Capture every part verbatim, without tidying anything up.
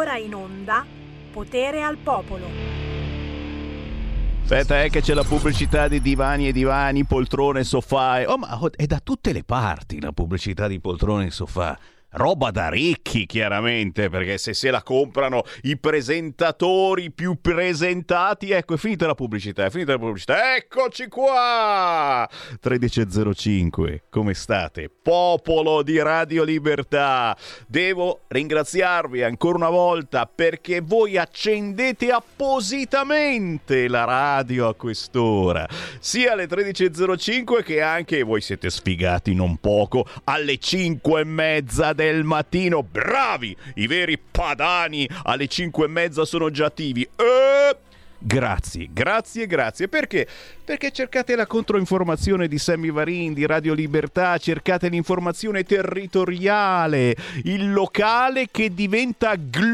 ora in onda Potere al Popolo. Aspetta, è che c'è la pubblicità di divani e divani, poltrone, sofà. Oh, ma è da tutte le parti la pubblicità di poltrone e sofà. Roba da ricchi, chiaramente, perché se se la comprano i presentatori più presentati, ecco, è finita la pubblicità, è finita la pubblicità. Eccoci qua! tredici e zero cinque, come state? Popolo di Radio Libertà! Devo ringraziarvi ancora una volta perché voi accendete appositamente la radio a quest'ora, sia alle tredici e zero cinque che anche, voi siete sfigati non poco, alle cinque e mezza del del mattino. Bravi, i veri padani, alle cinque e mezza sono già attivi. E... grazie, grazie, grazie. Perché? Perché cercate la controinformazione di Sammy Varin, di Radio Libertà, cercate l'informazione territoriale, il locale che diventa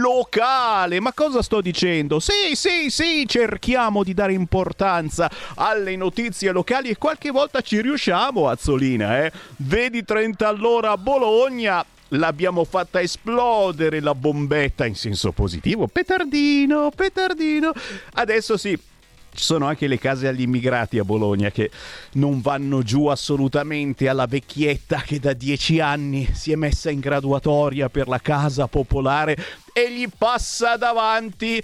glocale. Ma cosa sto dicendo? Sì, sì, sì, cerchiamo di dare importanza alle notizie locali e qualche volta ci riusciamo, Azzolina, eh? Vedi trenta all'ora a Bologna. L'abbiamo fatta esplodere la bombetta in senso positivo. Petardino, petardino. Adesso sì, ci sono anche le case agli immigrati a Bologna che non vanno giù assolutamente, alla vecchietta che da dieci anni si è messa in graduatoria per la casa popolare e gli passa davanti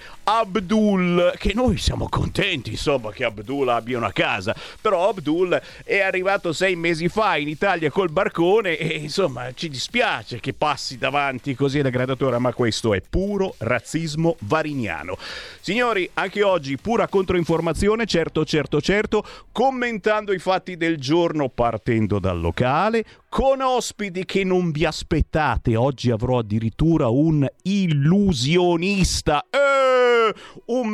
Abdul, che noi siamo contenti insomma che Abdul abbia una casa, però Abdul è arrivato sei mesi fa in Italia col barcone e insomma ci dispiace che passi davanti così la graduatoria, ma questo è puro razzismo variniano. Signori, anche oggi pura controinformazione, certo certo certo, commentando i fatti del giorno partendo dal locale, con ospiti che non vi aspettate. Oggi avrò addirittura un illusionista, eh, un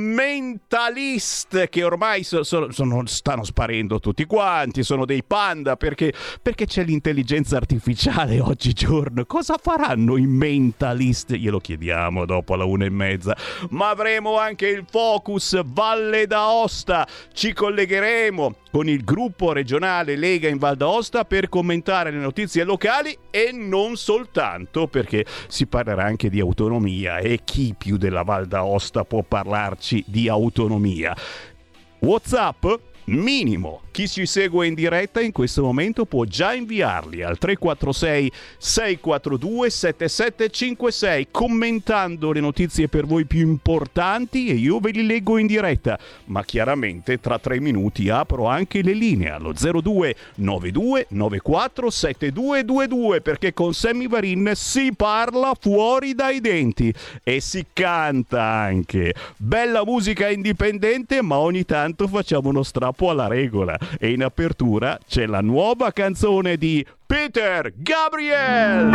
mentalist, che ormai so, so, sono, stanno sparendo tutti quanti, sono dei panda perché, perché c'è l'intelligenza artificiale oggigiorno. Cosa faranno i mentalist? Glielo chiediamo dopo alla una e mezza. Ma avremo anche il focus Valle d'Aosta, ci collegheremo con il gruppo regionale Lega in Val d'Aosta per commentare le notizie locali e non soltanto, perché si parlerà anche di autonomia e chi più della Val d'Aosta può parlarci di autonomia. WhatsApp minimo. Chi ci segue in diretta in questo momento può già inviarli al tre quattro sei sei quattro due sette sette cinque sei commentando le notizie per voi più importanti e io ve li leggo in diretta, ma chiaramente tra tre minuti apro anche le linee allo zero due nove due nove quattro sette due due due perché con Sammy Varin si parla fuori dai denti e si canta anche. Bella musica indipendente, ma ogni tanto facciamo uno strappo alla regola. E in apertura c'è la nuova canzone di Peter Gabriel.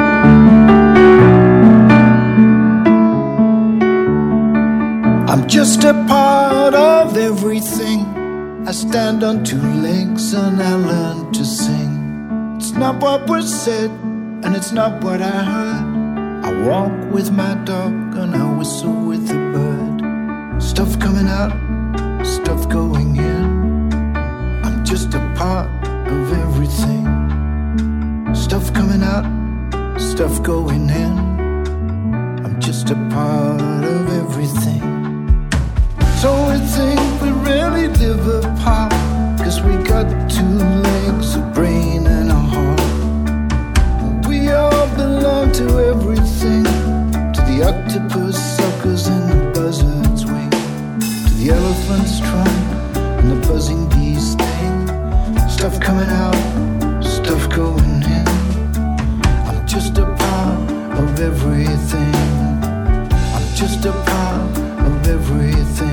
I'm just a part of everything. I stand on two legs and I learn to sing. It's not what was said and it's not what I heard. I walk with my dog and I whistle with the bird. Stuff coming out, stuff going in. Just a part of everything. Stuff coming out, stuff going in. I'm just a part of everything. So we think we really live apart, 'cause we got two legs, a brain and a heart. We all belong to everything. To the octopus suckers and the buzzard's wing. To the elephant's trunk and the buzzing bee's sting. Stuff coming out, stuff going in. I'm just a part of everything. I'm just a part of everything.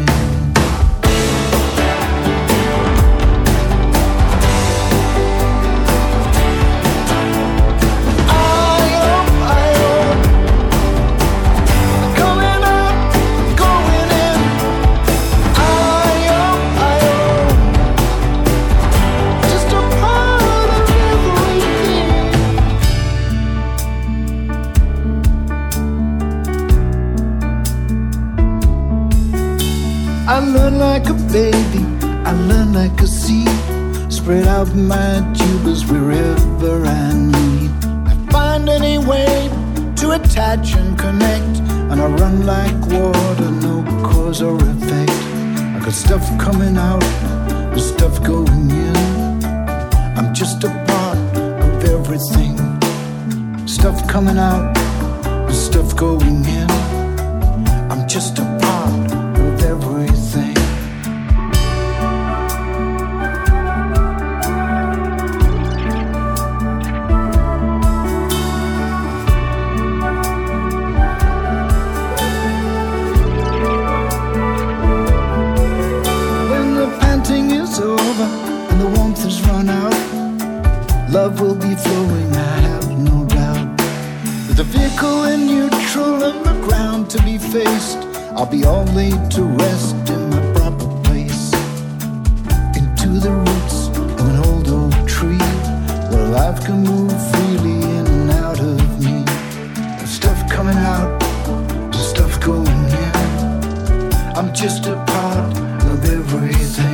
I learn like a baby, I learn like a seed. Spread out my tubers wherever I need. I find any way to attach and connect and I run like water, no cause or effect. I got stuff coming out, the stuff going in. I'm just a part of everything. Stuff coming out, the stuff going in. I'm just a part of everything. Love will be flowing, I have no doubt. With the vehicle in neutral and the ground to be faced, I'll be all laid to rest in my proper place. Into the roots of an old oak tree, where life can move freely in and out of me. The stuff coming out, the stuff going in. I'm just a part of everything.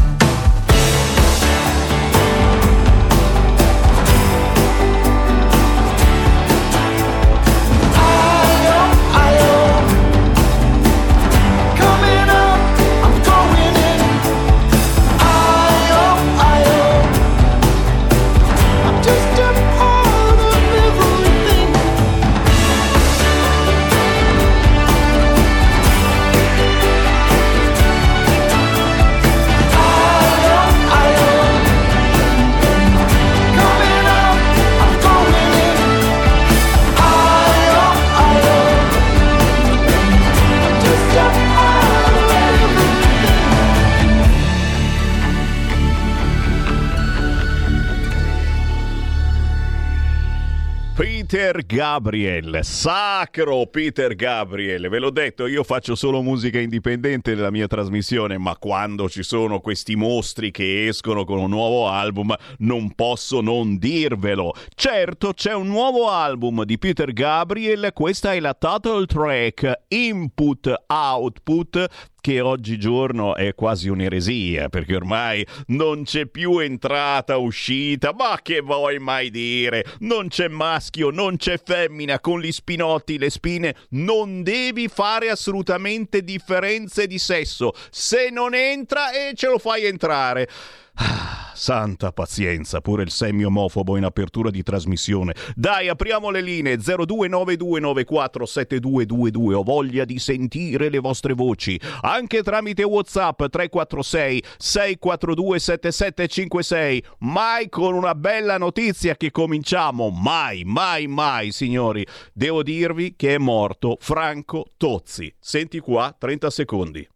Peter Gabriel, sacro Peter Gabriel, ve l'ho detto, io faccio solo musica indipendente nella mia trasmissione, ma quando ci sono questi mostri che escono con un nuovo album non posso non dirvelo. Certo, c'è un nuovo album di Peter Gabriel, questa è la title track Input Output, che oggigiorno è quasi un'eresia, perché ormai non c'è più entrata, uscita, ma che vuoi mai dire? Non c'è maschio, non c'è femmina, con gli spinotti, le spine, non devi fare assolutamente differenze di sesso. Se non entra, e ce lo fai entrare. Ah, santa pazienza, pure il semi-omofobo in apertura di trasmissione. Dai, apriamo le linee zero due nove due nove quattro sette due due due. Ho voglia di sentire le vostre voci, anche tramite WhatsApp tre quattro sei sei quattro due sette sette cinque sei. Mai con una bella notizia che cominciamo, mai, mai, mai, signori. Devo dirvi che è morto Franco Tozzi. Senti qua, trenta secondi.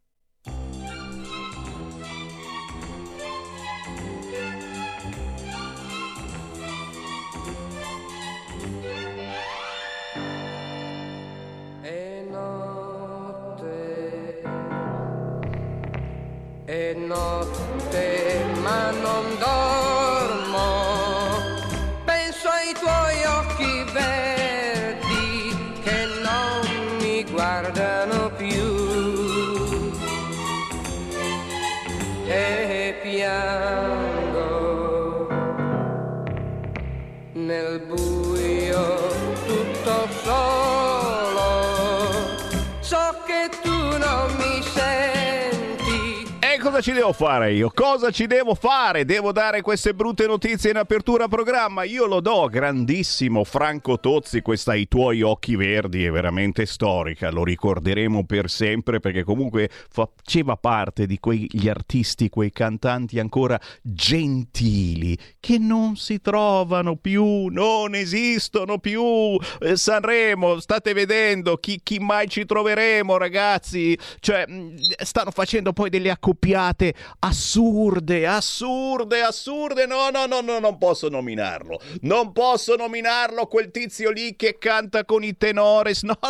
È notte ma non dormo, penso ai tuoi occhi verdi che non mi guardano più e piango nel buio tutto solo, so che tu non mi senti. Cosa ci devo fare io? Cosa ci devo fare? Devo dare queste brutte notizie in apertura programma? Io lo do, grandissimo Franco Tozzi, questa I tuoi occhi verdi è veramente storica, lo ricorderemo per sempre, perché comunque faceva parte di quegli artisti, quei cantanti ancora gentili che non si trovano più, non esistono più. eh, Sanremo, state vedendo chi, chi mai ci troveremo, ragazzi? Cioè, stanno facendo poi delle accoppiate assurde, assurde, assurde. No, no, no, no, non posso nominarlo. Non posso nominarlo, quel tizio lì che canta con i tenores. No,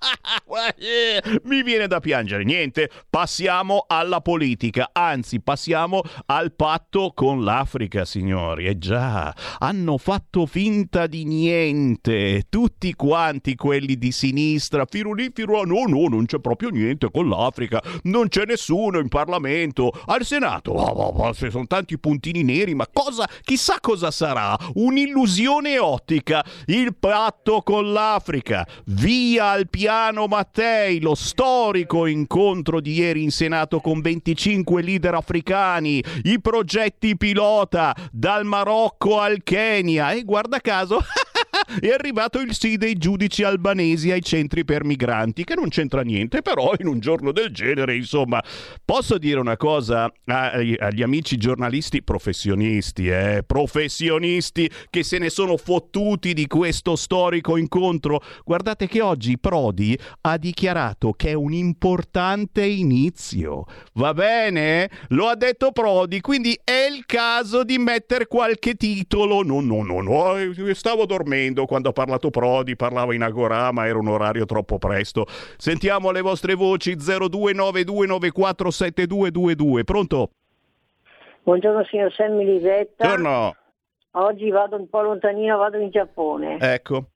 mi viene da piangere. Niente, passiamo alla politica. Anzi, passiamo al patto con l'Africa, signori. E già, hanno fatto finta di niente. Tutti quanti quelli di sinistra. Firulì, firulì, no, no, non c'è proprio niente con l'Africa. Non c'è nessuno in Parlamento. al Senato, oh, oh, oh, se sono tanti puntini neri, ma cosa, chissà cosa sarà, un'illusione ottica, il patto con l'Africa, via al piano Mattei, lo storico incontro di ieri in Senato con venticinque leader africani, i progetti pilota dal Marocco al Kenya e guarda caso è arrivato il sì dei giudici albanesi ai centri per migranti, che non c'entra niente, però in un giorno del genere, insomma, posso dire una cosa agli, agli amici giornalisti professionisti, eh, professionisti che se ne sono fottuti di questo storico incontro. Guardate che oggi Prodi ha dichiarato che è un importante inizio. Va bene? Lo ha detto Prodi, quindi è il caso di mettere qualche titolo. No, no, no, no, stavo dormendo quando ha parlato Prodi, parlava in Agorà, ma era un orario troppo presto. Sentiamo le vostre voci. Zero due nove due nove quattro sette due due due. Pronto? Buongiorno signor Sammy Lisetta. Buongiorno. Oggi vado un po' lontanino, vado in Giappone. Ecco.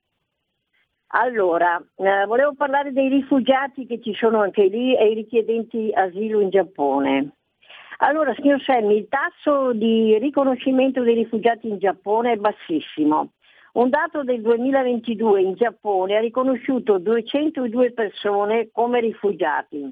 Allora, eh, volevo parlare dei rifugiati che ci sono anche lì e i richiedenti asilo in Giappone. Allora, signor Sammy, il tasso di riconoscimento dei rifugiati in Giappone è bassissimo. Un dato del duemilaventidue in Giappone ha riconosciuto duecentodue persone come rifugiati.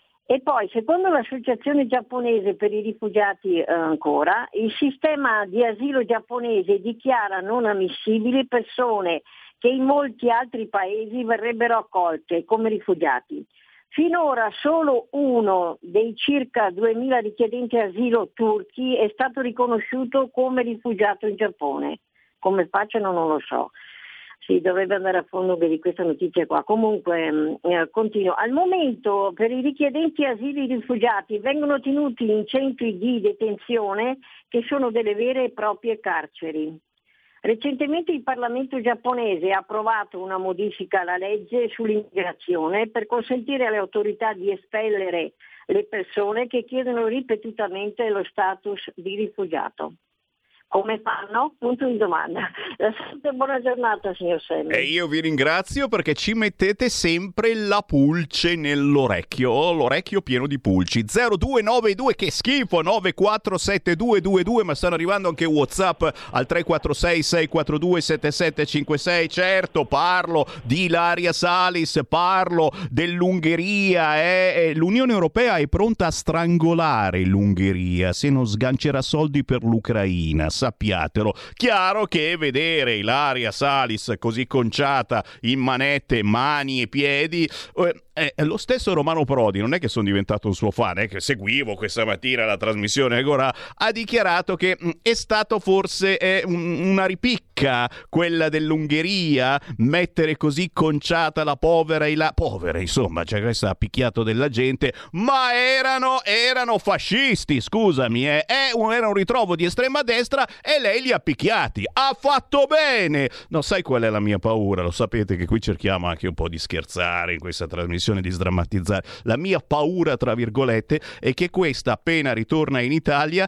E poi, secondo l'Associazione giapponese per i rifugiati eh, ancora, il sistema di asilo giapponese dichiara non ammissibili persone che in molti altri paesi verrebbero accolte come rifugiati. Finora solo uno dei circa duemila richiedenti asilo turchi è stato riconosciuto come rifugiato in Giappone. Come facciano non lo so. Si dovrebbe andare a fondo di questa notizia qua. Comunque eh, continuo. Al momento per i richiedenti asili rifugiati vengono tenuti in centri di detenzione che sono delle vere e proprie carceri. Recentemente il Parlamento giapponese ha approvato una modifica alla legge sull'immigrazione per consentire alle autorità di espellere le persone che chiedono ripetutamente lo status di rifugiato. Come fanno? Punto di domanda. La salute, buona giornata signor Selli. E io vi ringrazio perché ci mettete sempre la pulce nell'orecchio. Ho l'orecchio pieno di pulci. Zero due nove due, che schifo, nove quattro sette due due due, ma stanno arrivando anche WhatsApp al tre quattro sei sei quattro due sette sette cinque sei. Certo, parlo di Ilaria Salis, parlo dell'Ungheria. Eh? L'Unione Europea è pronta a strangolare l'Ungheria se non sgancerà soldi per l'Ucraina. Sappiatelo. Chiaro che vedere Ilaria Salis così conciata in manette, mani e piedi, eh, eh, lo stesso Romano Prodi, non è che sono diventato un suo fan, è che seguivo questa mattina la trasmissione Agorà, ha dichiarato che mh, è stato forse eh, un, una ripicca quella dell'Ungheria, mettere così conciata la povera Ilaria, povera insomma, cioè questa ha picchiato della gente, ma erano, erano fascisti, scusami, eh. È un, era un ritrovo di estrema destra e lei li ha picchiati. Ha fatto bene. No, sai qual è la mia paura? Lo sapete che qui cerchiamo anche un po' di scherzare in questa trasmissione, di sdrammatizzare. La mia paura, tra virgolette, è che questa appena ritorna in Italia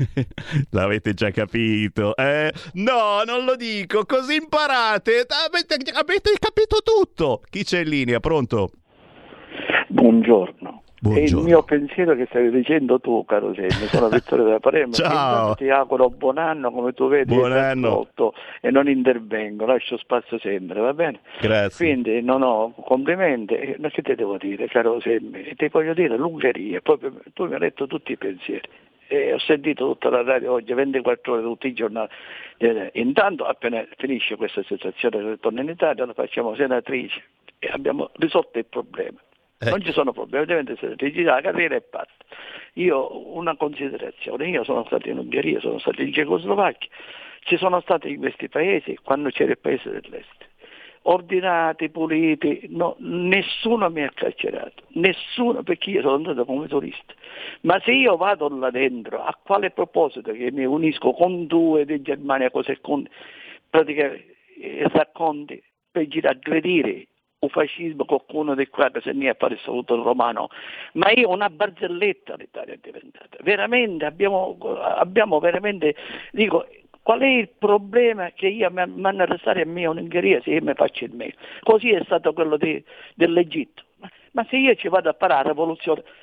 l'avete già capito, eh? No, non lo dico, così imparate. Avete, avete capito tutto. Chi c'è in linea? Pronto? Buongiorno. Buongiorno. È il mio pensiero che stavi dicendo tu, caro Semmi. Sono Vittorio da Palermo. Ciao. Ti auguro buon anno, come tu vedi, buon anno. E non intervengo, lascio spazio sempre, va bene? Grazie. Quindi non ho complimenti, ma che ti devo dire, caro Semmi? Ti voglio dire l'Ungheria, proprio, tu mi hai detto tutti i pensieri. E ho sentito tutta la radio oggi, ventiquattro ore, tutti i giornali. Eh, intanto appena finisce questa situazione che torna in Italia, la facciamo senatrice e abbiamo risolto il problema. Eh. Non ci sono problemi, ovviamente senatrice, la carriera è fatta. Io una considerazione, io sono stato in Ungheria, sono stato in Cecoslovacchia, ci sono stati in questi paesi quando c'era il paese dell'est. Ordinati, puliti, no, nessuno mi ha carcerato, nessuno, perché io sono andato come turista. Ma se io vado là dentro, a quale proposito che mi unisco con due di Germania, così con praticamente eh, racconti per girare a aggredire il fascismo, qualcuno di qua che se ne ha fatto il saluto romano, ma io una barzelletta l'Italia è diventata. Veramente abbiamo, abbiamo veramente, dico, qual è il problema che io mi mando a restare a me in Ungheria se io mi faccio il meglio? Così è stato quello di, dell'Egitto. Ma, ma se io ci vado a fare la rivoluzione,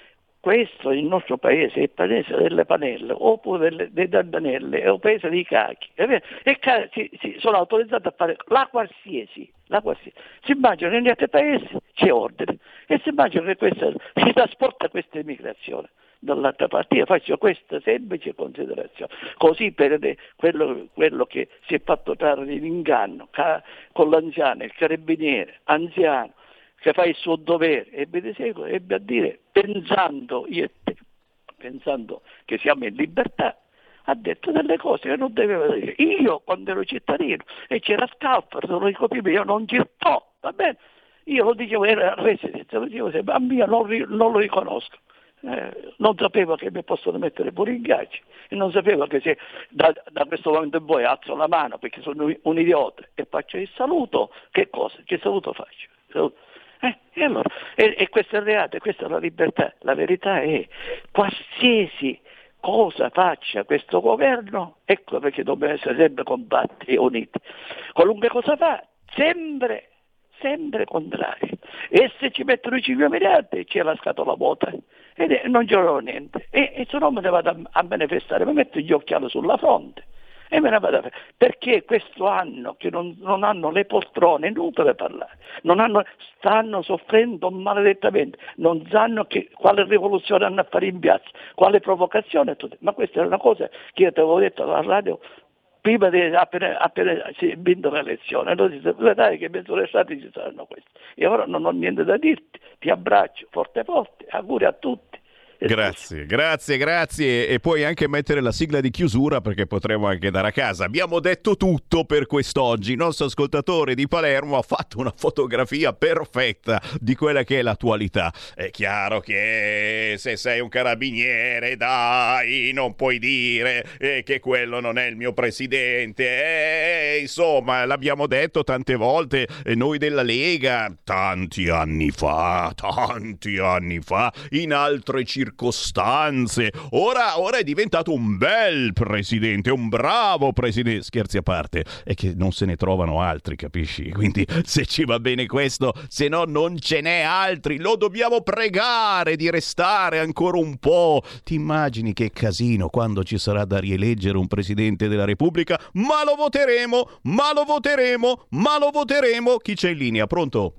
questo il nostro paese è il paese delle panelle oppure delle, dei dardanelle, è un paese dei cachi, e si, si, sono autorizzati a fare la qualsiasi, la qualsiasi. Si immagina che negli altri paesi c'è ordine e si immagina che questa, si trasporta questa immigrazione dall'altra parte. Io faccio questa semplice considerazione, così per quello, quello che si è fatto trarre in inganno ca, con l'anziano, il carabiniere anziano, che fa il suo dovere, ebbe di seguito, ebbe a dire, pensando io e te, pensando che siamo in libertà, ha detto delle cose che non doveva dire. Io quando ero cittadino e c'era Scalfaro, se lo dico prima, io non ci sto, va bene? Io lo dicevo, era residenza, lo dicevo sempre, a mio non, non lo riconosco. Eh, non sapevo che mi possono mettere pure in ghiaccio e non sapevo che se da, da questo momento in poi alzo la mano perché sono un idiota e faccio il saluto, che cosa? Che saluto faccio? Saluto. Eh, e, allora, e, e questo è il reato, questa è la libertà. La verità è qualsiasi cosa faccia questo governo, ecco perché dobbiamo essere sempre compatti e uniti. Qualunque cosa fa, sempre, sempre contrari. E se ci mettono i cinque miliardi c'è la scatola vuota e non c'è niente. E, e se no me ne vado a, a manifestare, mi metto gli occhiali sulla fronte. E me ne vado a fare. Perché questo anno che non, non hanno le poltrone, è inutile parlare, non hanno, stanno soffrendo maledettamente, non sanno che, quale rivoluzione hanno a fare in piazza, quale provocazione, ma questa è una cosa che io ti avevo detto alla radio prima di appena, appena si è vinto l'elezione. Allora si vedrai che misure stati ci saranno queste. E ora non ho niente da dirti, ti abbraccio forte forte, auguri a tutti. Grazie, grazie, grazie. E puoi anche mettere la sigla di chiusura perché potremo anche andare a casa. Abbiamo detto tutto per quest'oggi. Il nostro ascoltatore di Palermo ha fatto una fotografia perfetta di quella che è l'attualità. È chiaro che se sei un carabiniere, dai, non puoi dire eh, che quello non è il mio presidente. Eh, insomma, l'abbiamo detto tante volte eh, noi della Lega, tanti anni fa, tanti anni fa, in altre circostanze. circostanze. Ora, ora è diventato un bel presidente, un bravo presidente. Scherzi a parte, è che non se ne trovano altri, capisci? Quindi se ci va bene questo, se no non ce n'è altri. Lo dobbiamo pregare di restare ancora un po'. Ti immagini che casino quando ci sarà da rieleggere un presidente della Repubblica? Ma lo voteremo, ma lo voteremo, ma lo voteremo. Chi c'è in linea? Pronto?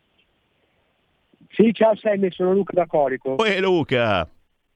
Sì, ciao Sammy, sono Luca da Corico. Ehi Luca!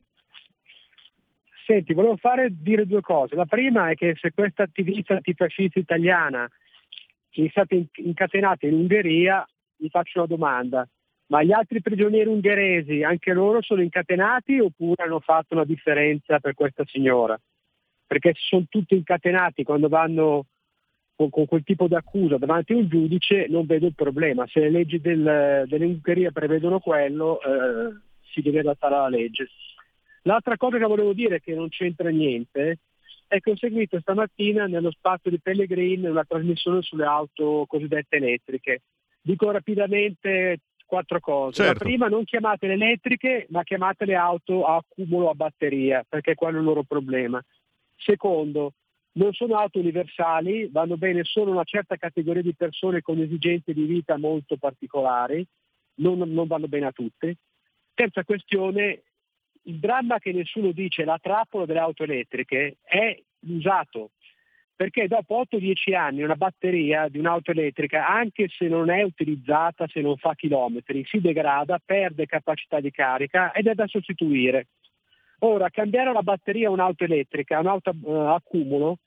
Senti, volevo fare dire due cose. La prima è che se questa attivista antifascista italiana è stata incatenata in Ungheria, gli faccio una domanda. Ma gli altri prigionieri ungheresi, anche loro sono incatenati oppure hanno fatto una differenza per questa signora? Perché se sono tutti incatenati quando vanno con, con quel tipo di accusa davanti a un giudice, non vedo il problema. Se le leggi del, dell'Ungheria prevedono quello, eh, si deve adattare alla legge. L'altra cosa che volevo dire, che non c'entra niente, è che ho seguito stamattina nello spazio di Pellegrini una trasmissione sulle auto cosiddette elettriche. Dico rapidamente quattro cose. Certo. La prima, non chiamatele elettriche, ma chiamatele auto a accumulo a batteria, perché quello è il loro problema. Secondo, non sono auto universali, vanno bene solo una certa categoria di persone con esigenze di vita molto particolari, non, non vanno bene a tutte. Terza questione, il dramma che nessuno dice, la trappola delle auto elettriche, è l'usato, perché dopo otto dieci anni una batteria di un'auto elettrica, anche se non è utilizzata, se non fa chilometri, si degrada, perde capacità di carica ed è da sostituire. Ora, cambiare la batteria a un'auto elettrica, un'auto uh, accumulo,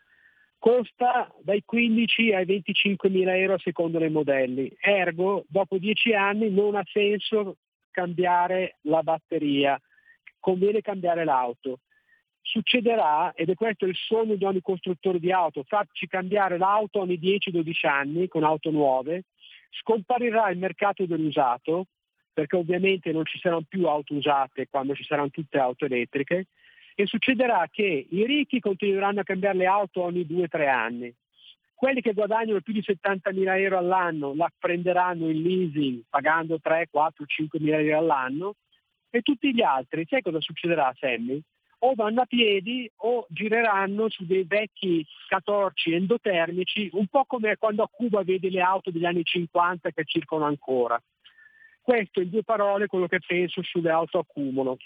costa dai quindici ai venticinque mila euro a seconda dei modelli. Ergo, dopo dieci anni non ha senso cambiare la batteria, conviene cambiare l'auto. Succederà, ed è questo il sogno di ogni costruttore di auto, farci cambiare l'auto ogni dieci dodici anni con auto nuove, scomparirà il mercato dell'usato, perché ovviamente non ci saranno più auto usate quando ci saranno tutte auto elettriche, e succederà che i ricchi continueranno a cambiare le auto ogni due tre anni. Quelli che guadagnano più di settantamila euro all'anno la prenderanno in leasing pagando tre, quattro, cinque mila euro all'anno, e tutti gli altri, sai cosa succederà, Sammy? O vanno a piedi o gireranno su dei vecchi catorci endotermici, un po' come quando a Cuba vedi le auto degli anni cinquanta che circolano ancora. Questo in due parole quello che penso sulle auto accumulo.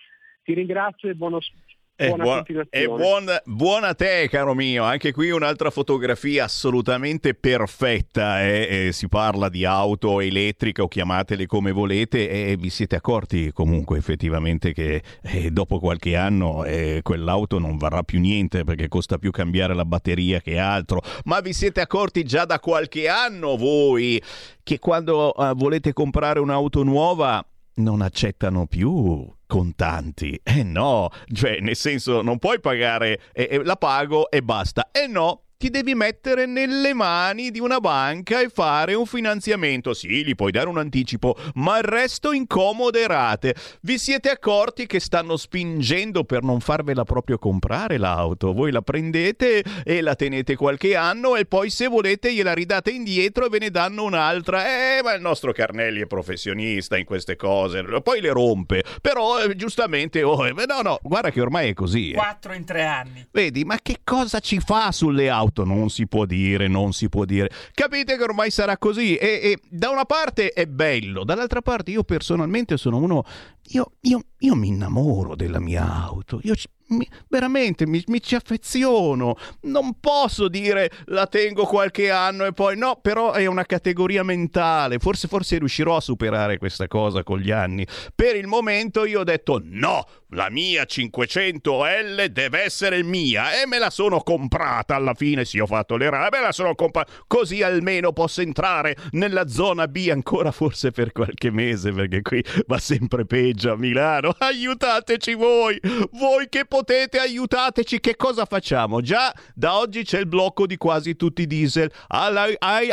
Ti ringrazio e buono E buona buon, continuazione. e buon, buona te, caro mio. Anche qui un'altra fotografia assolutamente perfetta. Eh? Eh, si parla di auto elettrica o chiamatele come volete, e vi siete accorti comunque effettivamente che eh, dopo qualche anno eh, quell'auto non varrà più niente, perché costa più cambiare la batteria che altro. Ma vi siete accorti già da qualche anno voi che quando eh, volete comprare un'auto nuova non accettano più contanti? Eh no, cioè nel senso non puoi pagare, eh, eh, la pago e basta. Eh no, ti devi mettere nelle mani di una banca e fare un finanziamento. Sì, gli puoi dare un anticipo, ma il resto in comode rate. Vi siete accorti che stanno spingendo per non farvela proprio comprare l'auto? Voi la prendete e la tenete qualche anno e poi se volete gliela ridate indietro e ve ne danno un'altra. Eh, ma il nostro Carnelli è professionista in queste cose, poi le rompe. Però eh, giustamente, oh, eh, no, no, guarda che ormai è così. Eh. Quattro in tre anni. Vedi, ma che cosa ci fa sulle auto? Non si può dire, non si può dire. Capite che ormai sarà così e, e da una parte è bello, dall'altra parte io personalmente sono uno, io, io, io mi innamoro della mia auto, io ci, mi, veramente mi, mi ci affeziono, non posso dire la tengo qualche anno e poi no, però è una categoria mentale, forse, forse riuscirò a superare questa cosa con gli anni. Per il momento io ho detto no, la mia cinquecento L deve essere mia e me la sono comprata alla fine. Sì, ho fatto le rame, me la sono comprata così almeno posso entrare nella zona B ancora forse per qualche mese, perché qui va sempre peggio a Milano. Aiutateci voi, voi che potete, aiutateci. Che cosa facciamo? Già da oggi c'è il blocco di quasi tutti i diesel. Hai, hai,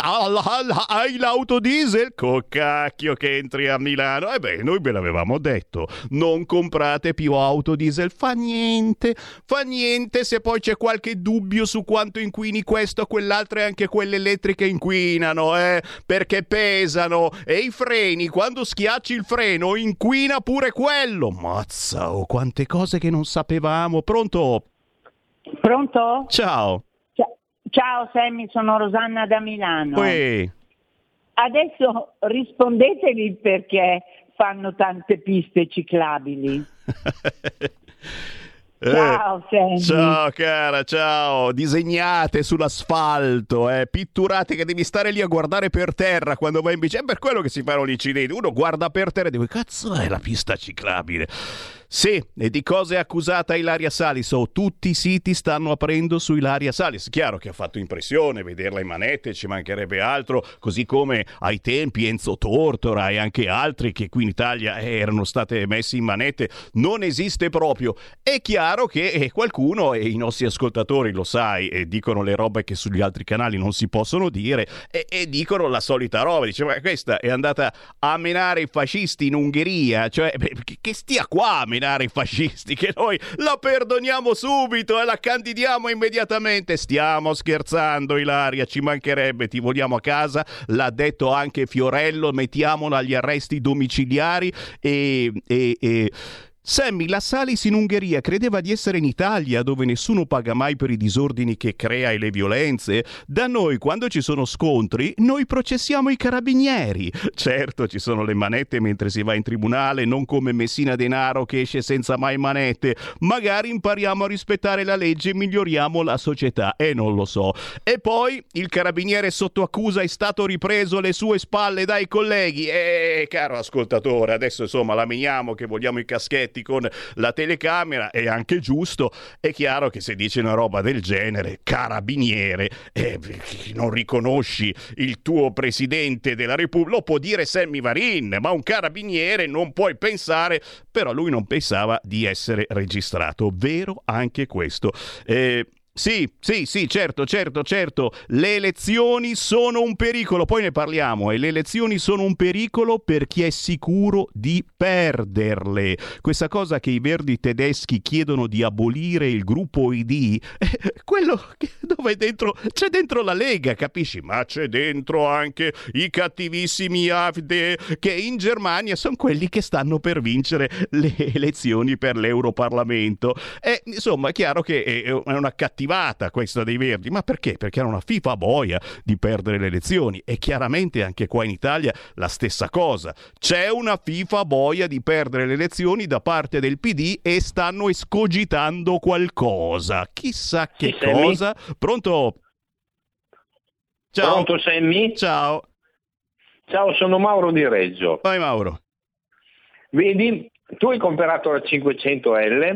hai l'auto diesel? Con cacchio che entri a Milano. E beh, noi ve l'avevamo detto, non comprate più auto diesel. Fa niente, fa niente se poi c'è qualche dubbio su quanto inquini questo, quell'altro e anche quelle elettriche inquinano, eh, perché pesano e i freni, quando schiacci il freno inquina pure quello. Mazza, oh, quante cose che non sapevamo. Pronto? Pronto? Ciao. Ciao, ciao Sammy, sono Rosanna da Milano. Uè. Adesso rispondeteli perché fanno tante piste ciclabili. Ciao Sammy. Ciao cara, ciao. Disegnate sull'asfalto, eh, pitturate, che devi stare lì a guardare per terra quando vai in bici. È per quello che si fanno gli incidenti. Uno guarda per terra e dice cazzo è la pista ciclabile. Sì, e di cosa è accusata Ilaria Salis? Oh, tutti i siti stanno aprendo su Ilaria Salis. Chiaro che ha fatto impressione vederla in manette, ci mancherebbe altro, così come ai tempi Enzo Tortora e anche altri che qui in Italia erano state messi in manette. Non esiste proprio. È chiaro che eh, qualcuno, e i nostri ascoltatori lo sai, e dicono le robe che sugli altri canali non si possono dire, e, e dicono la solita roba. Dice, ma questa è andata a menare i fascisti in Ungheria, cioè beh, che stia qua a menare i fascisti, che noi la perdoniamo subito e la candidiamo immediatamente. Stiamo scherzando Ilaria, ci mancherebbe, ti vogliamo a casa, l'ha detto anche Fiorello, mettiamola agli arresti domiciliari. E, e, e... Sammy, la Salis in Ungheria credeva di essere in Italia, dove nessuno paga mai per i disordini che crea e le violenze. Da noi, quando ci sono scontri, noi processiamo i carabinieri. Certo, ci sono le manette mentre si va in tribunale, non come Messina Denaro che esce senza mai manette. Magari impariamo a rispettare la legge e miglioriamo la società. E eh, non lo so. E poi, il carabiniere sotto accusa è stato ripreso alle sue spalle dai colleghi. E, caro ascoltatore, adesso insomma la meniamo che vogliamo i caschetti con la telecamera, è anche giusto. È chiaro che se dice una roba del genere, carabiniere, eh, non riconosci il tuo presidente della Repubblica, lo può dire Sammy Varin, ma un carabiniere non puoi pensare. Però lui non pensava di essere registrato, vero anche questo. eh Sì, sì, sì, certo, certo, certo, le elezioni sono un pericolo, poi ne parliamo, e le elezioni sono un pericolo per chi è sicuro di perderle. Questa cosa che i verdi tedeschi chiedono di abolire il gruppo I D, eh, quello che, dove dentro c'è dentro la Lega, capisci? Ma c'è dentro anche i cattivissimi AfD, che in Germania sono quelli che stanno per vincere le elezioni per l'Europarlamento. E insomma, è chiaro che è una cattiva attivata questa dei Verdi. Ma perché? Perché era una fifa boia di perdere le elezioni, e chiaramente anche qua in Italia la stessa cosa. C'è una fifa boia di perdere le elezioni da parte del P D e stanno escogitando qualcosa, chissà che sì, cosa. Sammy? Pronto? Ciao. Pronto Sammy? Ciao. Ciao, sono Mauro di Reggio. Vai Mauro. Vedi, tu hai comprato la cinquecento L?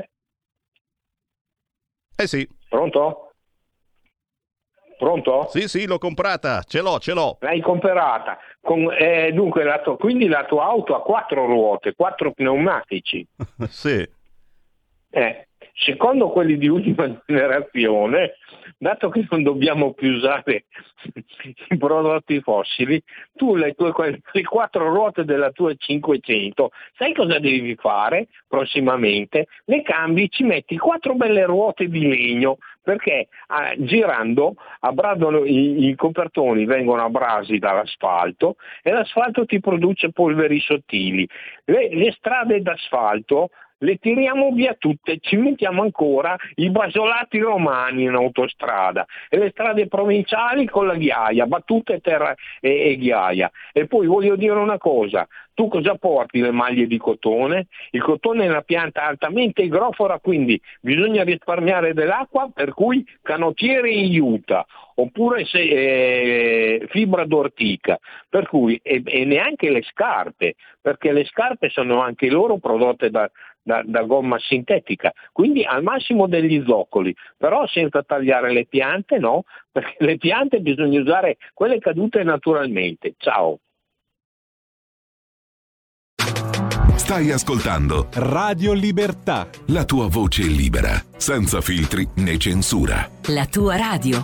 Eh sì. Pronto? Pronto? Sì, sì, l'ho comprata, ce l'ho, ce l'ho. L'hai comprata. Con, eh, dunque, la tua, quindi la tua auto ha quattro ruote, quattro pneumatici. Sì. Eh, secondo quelli di ultima generazione, dato che non dobbiamo più usare i prodotti fossili, tu le, tue, le quattro ruote della tua cinquecento, sai cosa devi fare prossimamente? Le cambi, ci metti quattro belle ruote di legno, perché ah, girando abradono i, i copertoni, vengono abrasi dall'asfalto e l'asfalto ti produce polveri sottili. Le, le strade d'asfalto le tiriamo via tutte, ci mettiamo ancora i basolati romani in autostrada e le strade provinciali con la ghiaia, battute terra e, e ghiaia. E poi voglio dire una cosa, tu cosa porti? Le maglie di cotone? Il cotone è una pianta altamente igrofora, quindi bisogna risparmiare dell'acqua, per cui canottiere in juta, oppure se, eh, fibra d'ortica, per cui e, e neanche le scarpe, perché le scarpe sono anche loro prodotte da Da, da gomma sintetica, quindi al massimo degli zoccoli, però senza tagliare le piante, no, perché le piante bisogna usare quelle cadute naturalmente. Ciao. Stai ascoltando Radio Libertà, la tua voce libera, senza filtri né censura. La tua radio.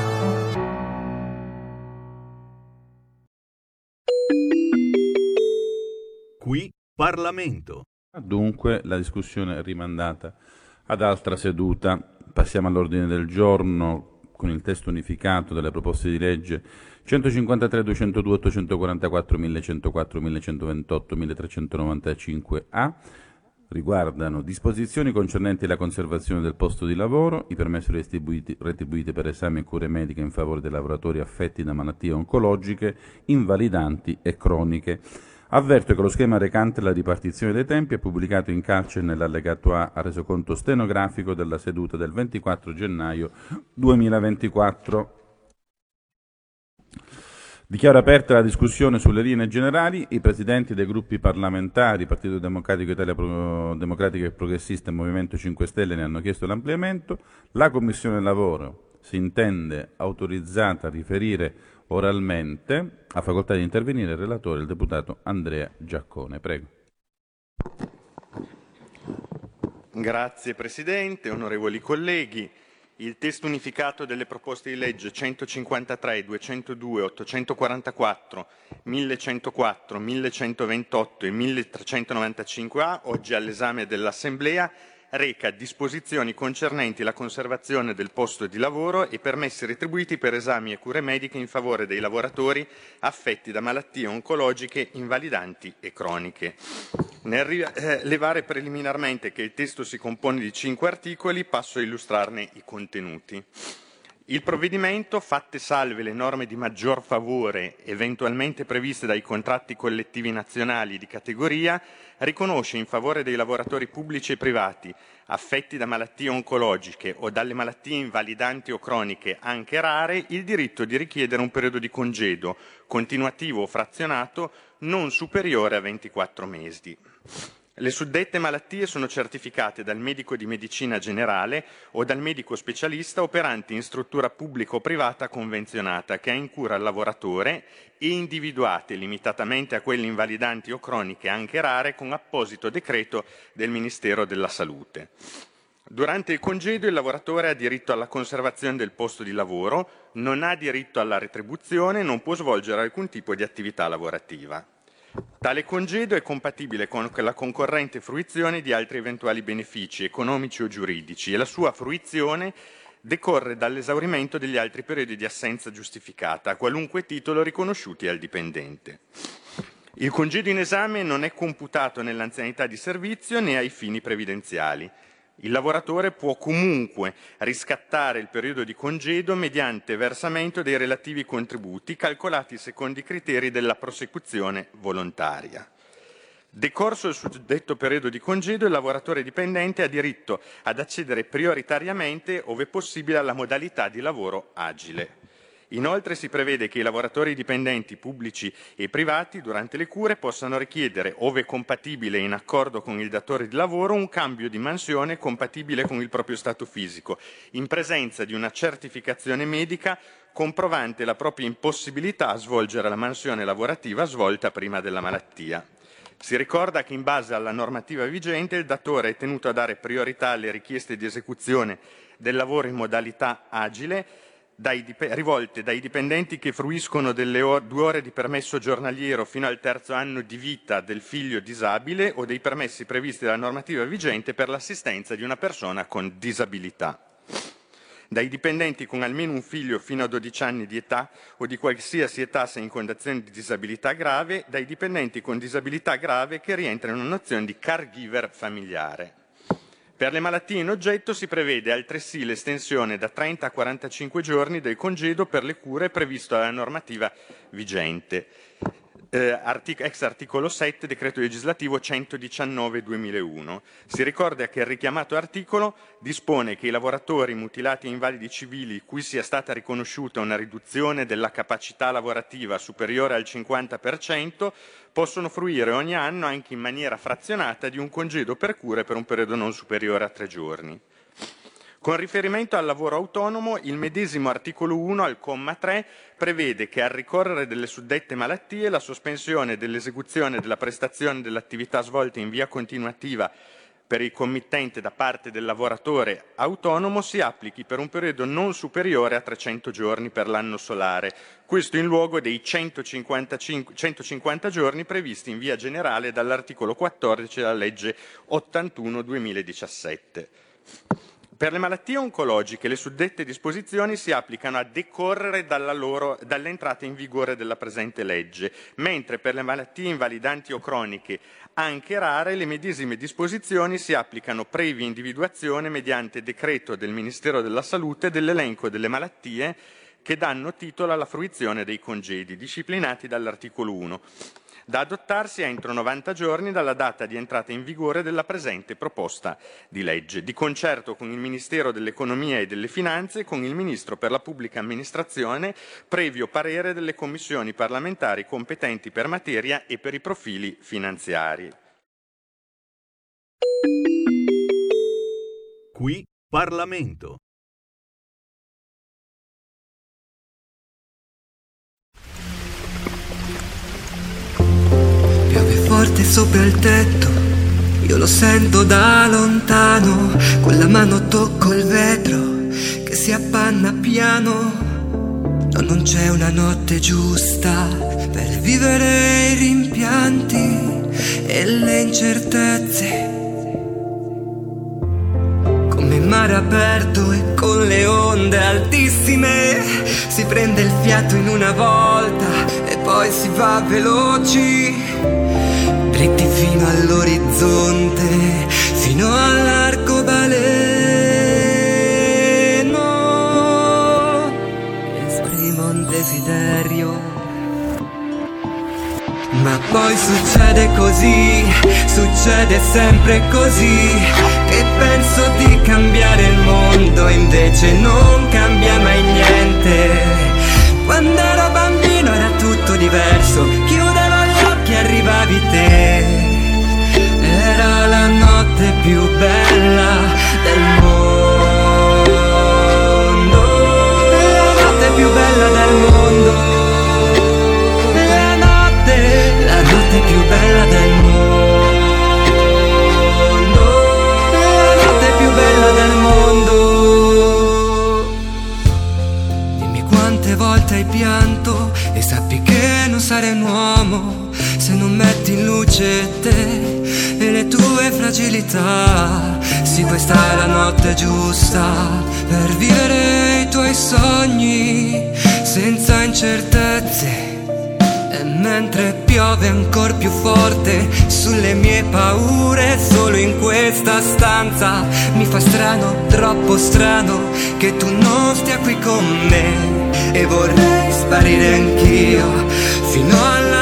Qui Parlamento. Dunque la discussione è rimandata ad altra seduta. Passiamo all'ordine del giorno con il testo unificato delle proposte di legge centocinquantatré, duecentodue, ottocentoquarantaquattro, millecentoquattro, millecentoventotto, milletrecentonovantacinque A. Riguardano disposizioni concernenti la conservazione del posto di lavoro, i permessi retribuiti, retribuiti per esami e cure mediche in favore dei lavoratori affetti da malattie oncologiche, invalidanti e croniche. Avverto che lo schema recante la ripartizione dei tempi è pubblicato in calce nell'allegato A al resoconto stenografico della seduta del ventiquattro gennaio duemilaventiquattro. Dichiaro aperta la discussione sulle linee generali. I presidenti dei gruppi parlamentari Partito Democratico, Italia Pro- Democratica e Progressista e Movimento cinque Stelle ne hanno chiesto l'ampliamento. La Commissione Lavoro si intende autorizzata a riferire oralmente. Ha facoltà di intervenire il relatore, il deputato Andrea Giaccone. Prego. Grazie Presidente, onorevoli colleghi. Il testo unificato delle proposte di legge centocinquantatré, duecentodue, ottocentoquarantaquattro, millecentoquattro, millecentoventotto e milletrecentonovantacinque A, oggi all'esame dell'Assemblea, reca disposizioni concernenti la conservazione del posto di lavoro e permessi retribuiti per esami e cure mediche in favore dei lavoratori affetti da malattie oncologiche, invalidanti e croniche. Nel rilevare preliminarmente che il testo si compone di cinque articoli, passo a illustrarne i contenuti. Il provvedimento, fatte salve le norme di maggior favore eventualmente previste dai contratti collettivi nazionali di categoria, riconosce in favore dei lavoratori pubblici e privati affetti da malattie oncologiche o dalle malattie invalidanti o croniche anche rare il diritto di richiedere un periodo di congedo continuativo o frazionato non superiore a ventiquattro mesi. Le suddette malattie sono certificate dal medico di medicina generale o dal medico specialista operante in struttura pubblica o privata convenzionata che ha in cura il lavoratore e individuate limitatamente a quelle invalidanti o croniche anche rare con apposito decreto del Ministero della Salute. Durante il congedo il lavoratore ha diritto alla conservazione del posto di lavoro, non ha diritto alla retribuzione e non può svolgere alcun tipo di attività lavorativa. Tale congedo è compatibile con la concorrente fruizione di altri eventuali benefici economici o giuridici e la sua fruizione decorre dall'esaurimento degli altri periodi di assenza giustificata, a qualunque titolo riconosciuti al dipendente. Il congedo in esame non è computato nell'anzianità di servizio né ai fini previdenziali. Il lavoratore può comunque riscattare il periodo di congedo mediante versamento dei relativi contributi calcolati secondo i criteri della prosecuzione volontaria. Decorso il suddetto periodo di congedo, il lavoratore dipendente ha diritto ad accedere prioritariamente, ove possibile, alla modalità di lavoro agile. Inoltre si prevede che i lavoratori dipendenti pubblici e privati durante le cure possano richiedere, ove compatibile e in accordo con il datore di lavoro, un cambio di mansione compatibile con il proprio stato fisico, in presenza di una certificazione medica comprovante la propria impossibilità a svolgere la mansione lavorativa svolta prima della malattia. Si ricorda che in base alla normativa vigente il datore è tenuto a dare priorità alle richieste di esecuzione del lavoro in modalità agile Dai dip- rivolte dai dipendenti che fruiscono delle or- due ore di permesso giornaliero fino al terzo anno di vita del figlio disabile o dei permessi previsti dalla normativa vigente per l'assistenza di una persona con disabilità. Dai dipendenti con almeno un figlio fino a dodici anni di età o di qualsiasi età se in condizioni di disabilità grave, dai dipendenti con disabilità grave che rientrano in una nozione di caregiver familiare. Per le malattie in oggetto si prevede altresì l'estensione da trenta a quarantacinque giorni del congedo per le cure previsto dalla normativa vigente, eh, artic- ex articolo sette decreto legislativo centodiciannove duemilauno. Si ricorda che il richiamato articolo dispone che i lavoratori mutilati e invalidi civili cui sia stata riconosciuta una riduzione della capacità lavorativa superiore al cinquanta per cento possono fruire ogni anno, anche in maniera frazionata, di un congedo per cure per un periodo non superiore a tre giorni. Con riferimento al lavoro autonomo, il medesimo articolo uno, al comma tre, prevede che al ricorrere delle suddette malattie la sospensione dell'esecuzione della prestazione dell'attività svolta in via continuativa per il committente da parte del lavoratore autonomo si applichi per un periodo non superiore a trecento giorni per l'anno solare, questo in luogo dei centocinquantacinque, centocinquanta giorni previsti in via generale dall'articolo quattordici della legge ottantuno duemiladiciassette. Per le malattie oncologiche le suddette disposizioni si applicano a decorrere dalla loro, dall'entrata in vigore della presente legge, mentre per le malattie invalidanti o croniche, anche rare, le medesime disposizioni si applicano previa individuazione mediante decreto del Ministero della Salute dell'elenco delle malattie che danno titolo alla fruizione dei congedi, disciplinati dall'articolo uno. Da adottarsi entro novanta giorni dalla data di entrata in vigore della presente proposta di legge, di concerto con il Ministero dell'Economia e delle Finanze e con il Ministro per la Pubblica Amministrazione, previo parere delle commissioni parlamentari competenti per materia e per i profili finanziari. Qui Parlamento. Forte sopra il tetto, io lo sento da lontano, con la mano tocco il vetro che si appanna piano. No, non c'è una notte giusta per vivere i rimpianti e le incertezze. Come mare aperto e con le onde altissime, si prende il fiato in una volta e poi si va veloci, dritti fino all'orizzonte, fino all'arcobaleno. Esprimo un desiderio, ma poi succede così, succede sempre così, che penso di cambiare il mondo, invece non cambia mai niente. Quando ero bambino era tutto diverso, chiudevo gli occhi e arrivavi te. Era la notte più bella del mondo, la notte più bella del mondo, la notte, la notte più bella del mondo, la notte più bella del mondo. Dimmi quante volte hai pianto e sappi che non sarai un uomo se non metti in luce te e le tue fragilità. Sì, questa è la notte giusta per vivere i tuoi sogni senza incertezze. E mentre piove ancora più forte sulle mie paure solo in questa stanza. Mi fa strano, troppo strano, che tu non stia qui con me, e vorrei sparire anch'io fino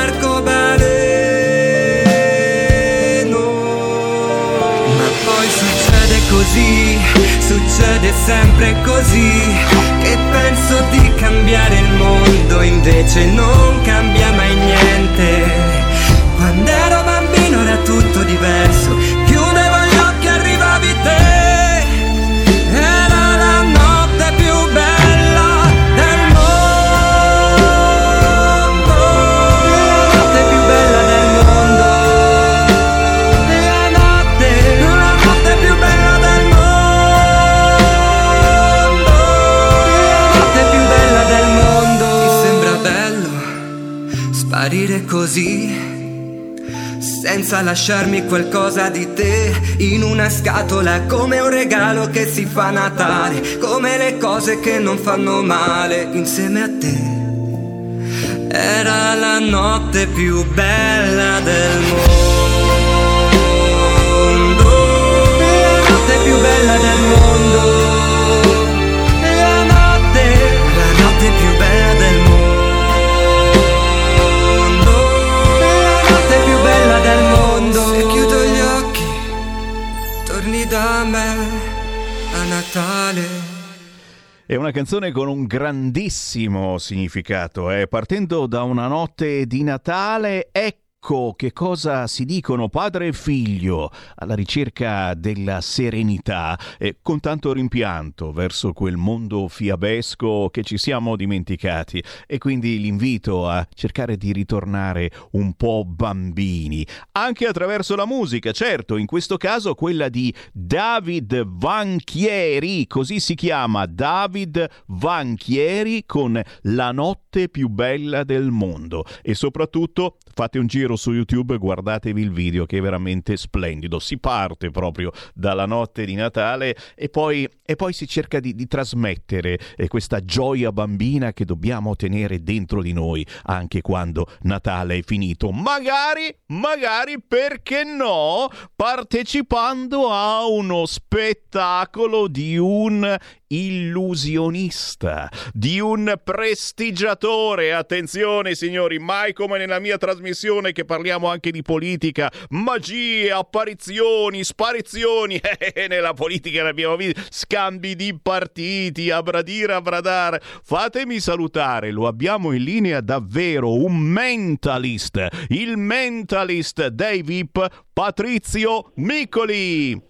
all'arcobaleno. Ma poi succede così, succede sempre così, che penso di cambiare il mondo, invece non cambia mai niente. Quando ero bambino era tutto diverso, chiudevo gli occhi e arrivavi te, era la notte più bella del mondo, la notte più bella del mondo, la notte, la notte più bella del mondo, la notte più bella del mondo. Ti sembra bello sparire così, senza lasciarmi qualcosa di te in una scatola, come un regalo che si fa a Natale, come le cose che non fanno male insieme a te. Era la notte più bella del mondo, la notte più bella del mondo, la notte, la notte più bella del mondo. Se chiudo gli occhi, torni da me a Natale. È una canzone con un grandissimo significato, eh? Partendo da una notte di Natale, ecco che cosa si dicono padre e figlio alla ricerca della serenità, eh, con tanto rimpianto verso quel mondo fiabesco che ci siamo dimenticati, e quindi l'invito a cercare di ritornare un po' bambini, anche attraverso la musica, certo, in questo caso quella di David Vanchieri, così si chiama, David Vanchieri, con La notte più bella del mondo. E soprattutto fate un giro su YouTube, guardatevi il video che è veramente splendido. Si parte proprio dalla notte di Natale e poi, e poi si cerca di, di trasmettere eh, questa gioia bambina che dobbiamo tenere dentro di noi anche quando Natale è finito. Magari, magari, perché no, partecipando a uno spettacolo di un illusionista, di un prestigiatore. Attenzione signori, mai come nella mia trasmissione che parliamo anche di politica, magie, apparizioni, sparizioni, e nella politica ne abbiamo visto, scambi di partiti, abradire, abradar. Fatemi salutare, lo abbiamo in linea davvero, un mentalist, il mentalist dei V I P, Patrizio Micoli.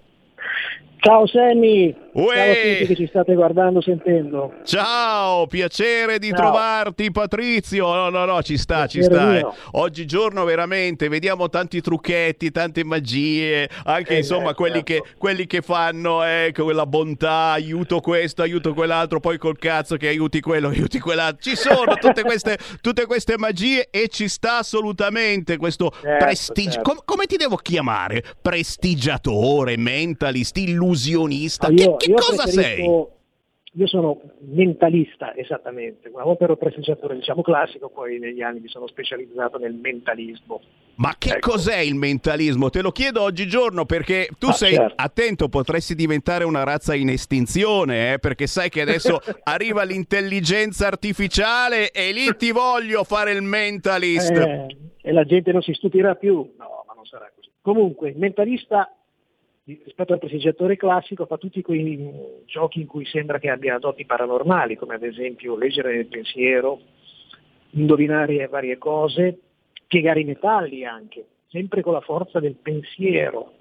Ciao Sammy, Uè. ciao a tutti che ci state guardando, sentendo. Ciao, piacere di Ciao. trovarti Patrizio. No, no, no, ci sta, Piacere ci sta. Eh. mio. Oggigiorno veramente vediamo tanti trucchetti, tante magie, anche Eh, insomma eh, quelli, certo. che, quelli che fanno eh, quella bontà, aiuto questo, aiuto quell'altro, poi col cazzo che aiuti quello, aiuti quell'altro. Ci sono tutte queste, tutte queste magie e ci sta assolutamente questo Certo, prestigio. certo. Com- come ti devo chiamare? Prestigiatore, mentalist, illusionista? No, io- che che io cosa sei? preferisco- Io sono mentalista, esattamente. Una volta ero prestigiatore, diciamo, classico, poi negli anni mi sono specializzato nel mentalismo. Ma che Ecco. cos'è il mentalismo? Te lo chiedo oggigiorno perché tu Ah, sei certo. attento, potresti diventare una razza in estinzione, eh? Perché sai che adesso arriva l'intelligenza artificiale e lì ti voglio fare il mentalist. Eh, e la gente non si stupirà più. No, ma non sarà così. Comunque, il mentalista, rispetto al prestigiatore classico, fa tutti quei mm, giochi in cui sembra che abbia doti paranormali, come ad esempio leggere nel pensiero, indovinare varie cose, piegare i metalli anche, sempre con la forza del pensiero.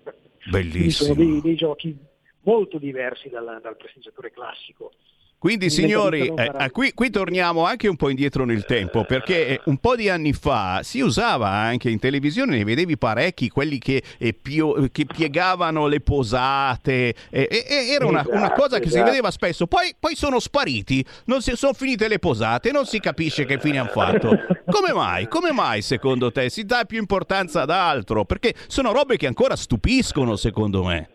Quindi sono Bellissimo. dei, dei giochi molto diversi dal, dal prestigiatore classico. Quindi Il signori, mentalista eh, non farà- eh, qui, qui torniamo anche un po' indietro nel tempo, perché eh, un po' di anni fa si usava anche in televisione, ne vedevi parecchi, quelli che, eh, pio- che piegavano le posate, eh, eh, eh, era una, una Esatto, cosa che si esatto. vedeva spesso, poi, poi sono spariti, non si, sono finite le posate, non si capisce che fine hanno fatto. Come mai? Come mai secondo te si dà più importanza ad altro? Perché sono robe che ancora stupiscono secondo me.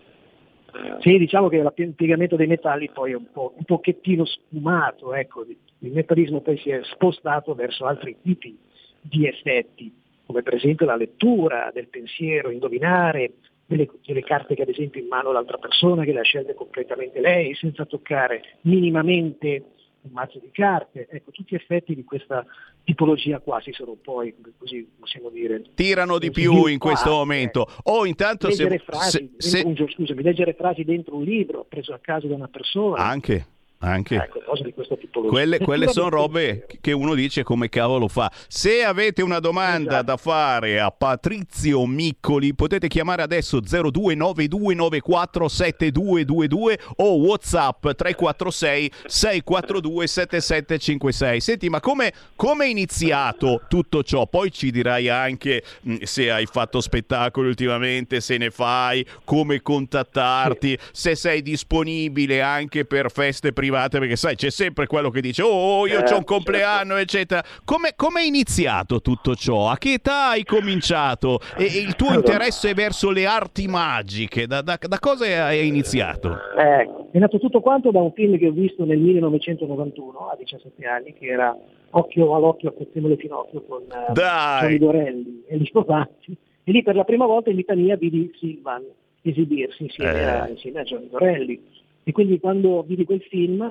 Sì, diciamo che il piegamento dei metalli poi è un, po', un pochettino sfumato, ecco. Il metallismo poi si è spostato verso altri tipi di effetti. come per esempio la lettura del pensiero, indovinare delle, delle carte che ad esempio in mano l'altra persona, che le ha scelte completamente lei, senza toccare minimamente un mazzo di carte. Ecco, tutti effetti di questa tipologia qua si sono poi, così possiamo dire, tirano di più in questo momento. O intanto leggere se, frasi, se, se... Un, scusami, leggere frasi dentro un libro preso a caso da una persona. Anche. Anche ecco, cose di questa tipologia. Quelle, quelle sono robe che uno dice come cavolo fa. Se avete una domanda esatto. da fare a Patrizio Miccoli, potete chiamare adesso zero due nove due nove quattro sette due due due o WhatsApp tre quattro sei sei quattro due sette sette cinque sei. Senti, ma come come è iniziato tutto ciò? Poi ci dirai anche mh, se hai fatto spettacoli ultimamente, se ne fai, come contattarti, sì. se sei disponibile anche per feste private, perché sai c'è sempre quello che dice oh io certo, c'ho un compleanno certo. eccetera. Come come è iniziato tutto ciò? A che età hai cominciato? E, e il tuo allora. interesse verso le arti magiche da, da, da cosa è iniziato? Eh, è nato tutto quanto da un film che ho visto nel millenovecentonovantuno a diciassette anni, che era Occhio all'occhio apprezzevole Pinocchio con uh, Johnny Dorelli e Listo Bassi, e lì per la prima volta in vita mia vidi Silvan esibirsi insieme, eh. a, insieme a Johnny Dorelli. E quindi quando vidi quel film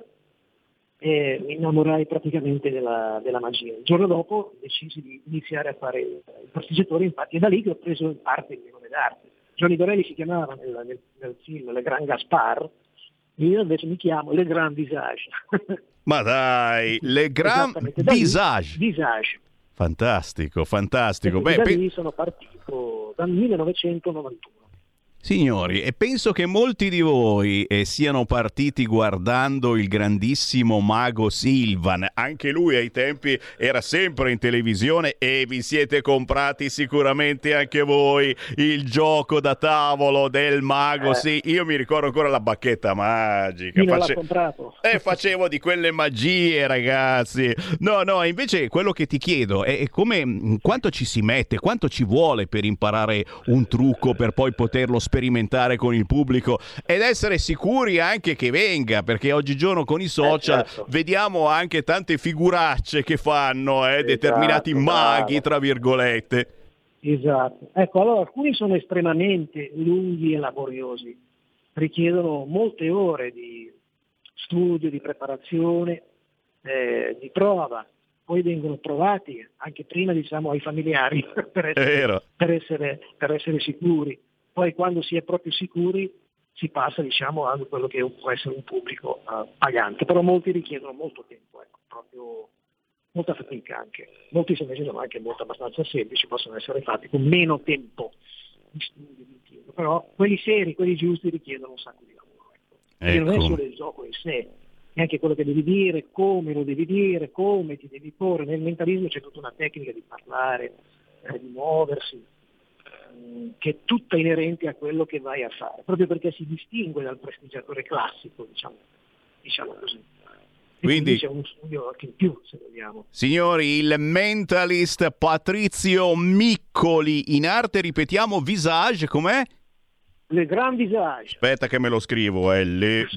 eh, mi innamorai praticamente della, della magia. Il giorno dopo decisi di iniziare a fare il, il prestigiatore, infatti è da lì che ho preso in parte il mio nome d'arte. Johnny Dorelli si chiamava nel, nel, nel film Le Grand Gaspard, io invece mi chiamo Le Grand Visage. Ma dai, Le Grand Visage. Visage. Fantastico, fantastico. Beh, da lì pe- sono partito dal millenovecentonovantuno. Signori, e penso che molti di voi eh, siano partiti guardando il grandissimo mago Silvan. Anche lui ai tempi era sempre in televisione e vi siete comprati sicuramente anche voi il gioco da tavolo del mago. Eh. Sì, io mi ricordo ancora la bacchetta magica. Io Face... l'ho comprato. E facevo di quelle magie, ragazzi. No, no, invece quello che ti chiedo è, è come quanto ci si mette, quanto ci vuole per imparare un trucco per poi poterlo sperimentare con il pubblico ed essere sicuri anche che venga, perché oggigiorno con i social eh, certo. vediamo anche tante figuracce che fanno eh, esatto, determinati maghi bravo. tra virgolette. Esatto, ecco, allora alcuni sono estremamente lunghi e laboriosi, richiedono molte ore di studio, di preparazione, eh, di prova, poi vengono provati anche prima, diciamo, ai familiari per essere, per essere, per essere sicuri. Poi quando si è proprio sicuri si passa, diciamo, a quello che può essere un pubblico uh, pagante, però molti richiedono molto tempo, ecco, proprio molta fatica anche. Molti se ne sono anche molto abbastanza semplici, possono essere fatti con meno tempo di studio, di impiego, però quelli seri, quelli giusti richiedono un sacco di lavoro. Ecco. Ecco. Non è solo il gioco in sé, è anche quello che devi dire, come lo devi dire, come ti devi porre. Nel mentalismo c'è tutta una tecnica di parlare, eh, di muoversi, che è tutta inerente a quello che vai a fare, proprio perché si distingue dal prestigiatore classico, diciamo, diciamo così. E quindi c'è uno studio anche in più, se vogliamo. Signori, il mentalist Patrizio Miccoli, in arte ripetiamo Visage, com'è? Le Grand Visage. Aspetta che me lo scrivo, è Le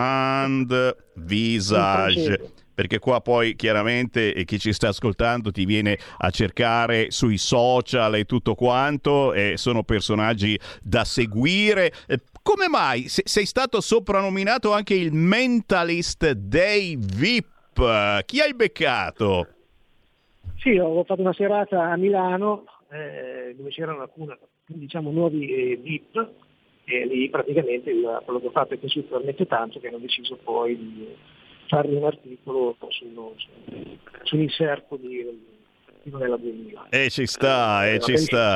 Grand Visage. Perché qua poi chiaramente chi ci sta ascoltando ti viene a cercare sui social e tutto quanto, e sono personaggi da seguire. Come mai sei stato soprannominato anche il mentalist dei V I P? Chi hai beccato? Sì, ho fatto una serata a Milano eh, dove c'erano alcuni, diciamo, nuovi eh, V I P, e lì praticamente il, quello che ho fatto è piaciuto talmente tanto che hanno deciso poi di farmi un articolo sullo, sull'inserto di, di Novella duemila. E ci sta, e eh, ci sta.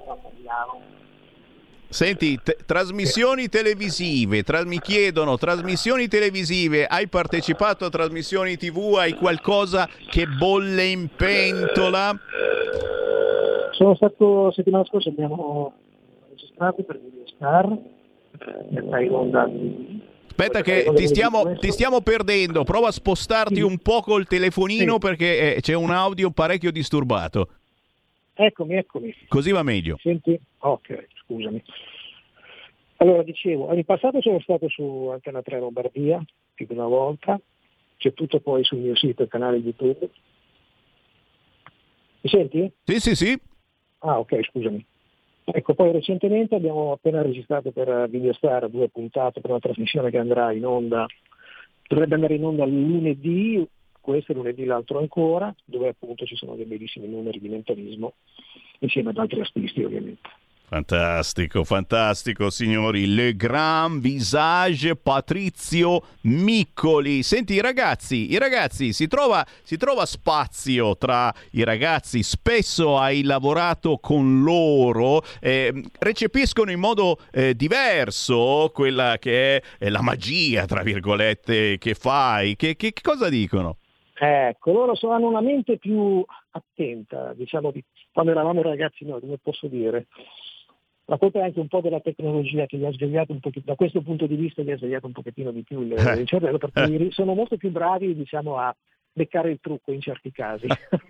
Senti, t- trasmissioni televisive, tra- mi chiedono, trasmissioni televisive, hai partecipato a trasmissioni tivù, hai qualcosa che bolle in pentola? Sono stato, settimana scorsa abbiamo registrato per Video Star, che sta in onda. Aspetta che ti stiamo, ti stiamo perdendo, prova a spostarti sì. un po' col telefonino sì. perché eh, c'è un audio parecchio disturbato. Eccomi, eccomi. Così va meglio. Senti? Ok, scusami. Allora, dicevo, in passato sono stato su Antena tre Lombardia, più di una volta, c'è tutto poi sul mio sito e canale YouTube. Mi senti? Sì, sì, sì. Ah, ok, scusami. Ecco, poi recentemente abbiamo appena registrato per Videostar due puntate per una trasmissione che andrà in onda, dovrebbe andare in onda lunedì, questo è lunedì, l'altro ancora, dove appunto ci sono dei bellissimi numeri di mentalismo, insieme ad altri artisti ovviamente. Fantastico, fantastico signori. Le Grand Visage, Patrizio Miccoli. Senti i ragazzi, i ragazzi, si trova, si trova spazio tra i ragazzi, spesso hai lavorato con loro, eh, recepiscono in modo eh, diverso quella che è eh, la magia, tra virgolette, che fai. Che, che, che cosa dicono? Ecco, loro sono, hanno una mente più attenta, diciamo, di quando eravamo ragazzi noi, come posso dire. La colpa è anche un po' della tecnologia che li ha svegliato un pochettino, da questo punto di vista li ha svegliato un pochettino di più il, il cervello, per cui sono molto più bravi, diciamo, a beccare il trucco in certi casi.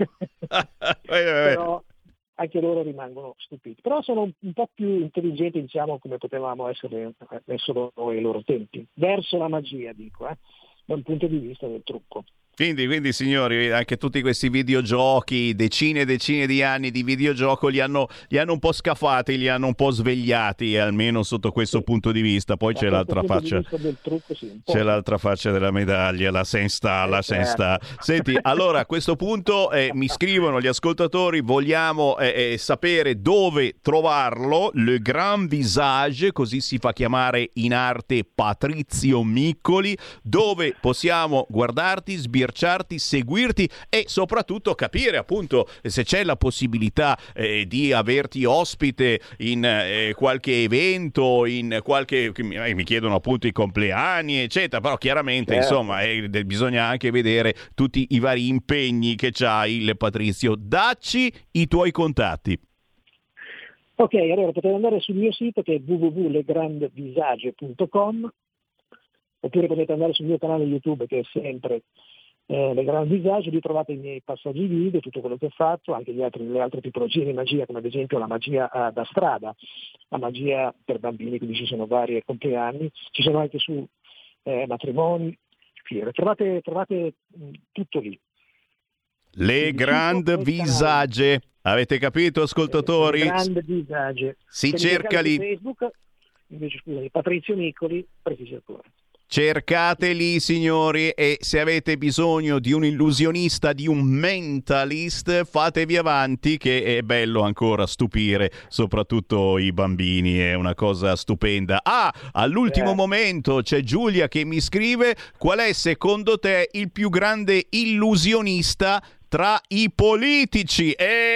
Però anche loro rimangono stupiti. Però sono un po' più intelligenti, diciamo, come potevamo essere verso noi ai loro tempi. Verso la magia, dico, eh, dal punto di vista del trucco. Quindi, quindi signori, anche tutti questi videogiochi, decine e decine di anni di videogioco li hanno, li hanno un po' scafati, li hanno un po' svegliati, almeno sotto questo sì. punto di vista. Poi da c'è l'altra faccia, del trucco, sì, c'è l'altra faccia della medaglia, la sensta, la sensta. Senti, allora a questo punto eh, mi scrivono gli ascoltatori, vogliamo eh, eh, sapere dove trovarlo, Le Grand Visage, così si fa chiamare in arte Patrizio Miccoli, dove possiamo guardarti, sbirciarti, seguirti e soprattutto capire appunto se c'è la possibilità eh, di averti ospite in eh, qualche evento, in qualche, eh, mi chiedono appunto i compleanni eccetera, però chiaramente certo. insomma eh, bisogna anche vedere tutti i vari impegni che c'hai il Patrizio. Dacci i tuoi contatti. Ok, allora potete andare sul mio sito che è w w w punto le grand visage punto com, oppure potete andare sul mio canale YouTube che è sempre Eh, Le Grand Visage, lì trovate i miei passaggi video, tutto quello che ho fatto, anche gli altri, le altre tipologie di magia, come ad esempio la magia uh, da strada, la magia per bambini, quindi ci sono vari compleanni, ci sono anche su eh, matrimoni, fiere, trovate, trovate mh, tutto lì. Le Grand Visage, avete capito ascoltatori? Le Grand Visage. Si Se cerca lì. Facebook, invece scusami, Patrizio Miccoli, prefissatore. Cercateli signori, e se avete bisogno di un illusionista, di un mentalist, fatevi avanti che è bello ancora stupire soprattutto i bambini, è una cosa stupenda. Ah, all'ultimo eh. momento c'è Giulia che mi scrive: qual è secondo te il più grande illusionista tra i politici?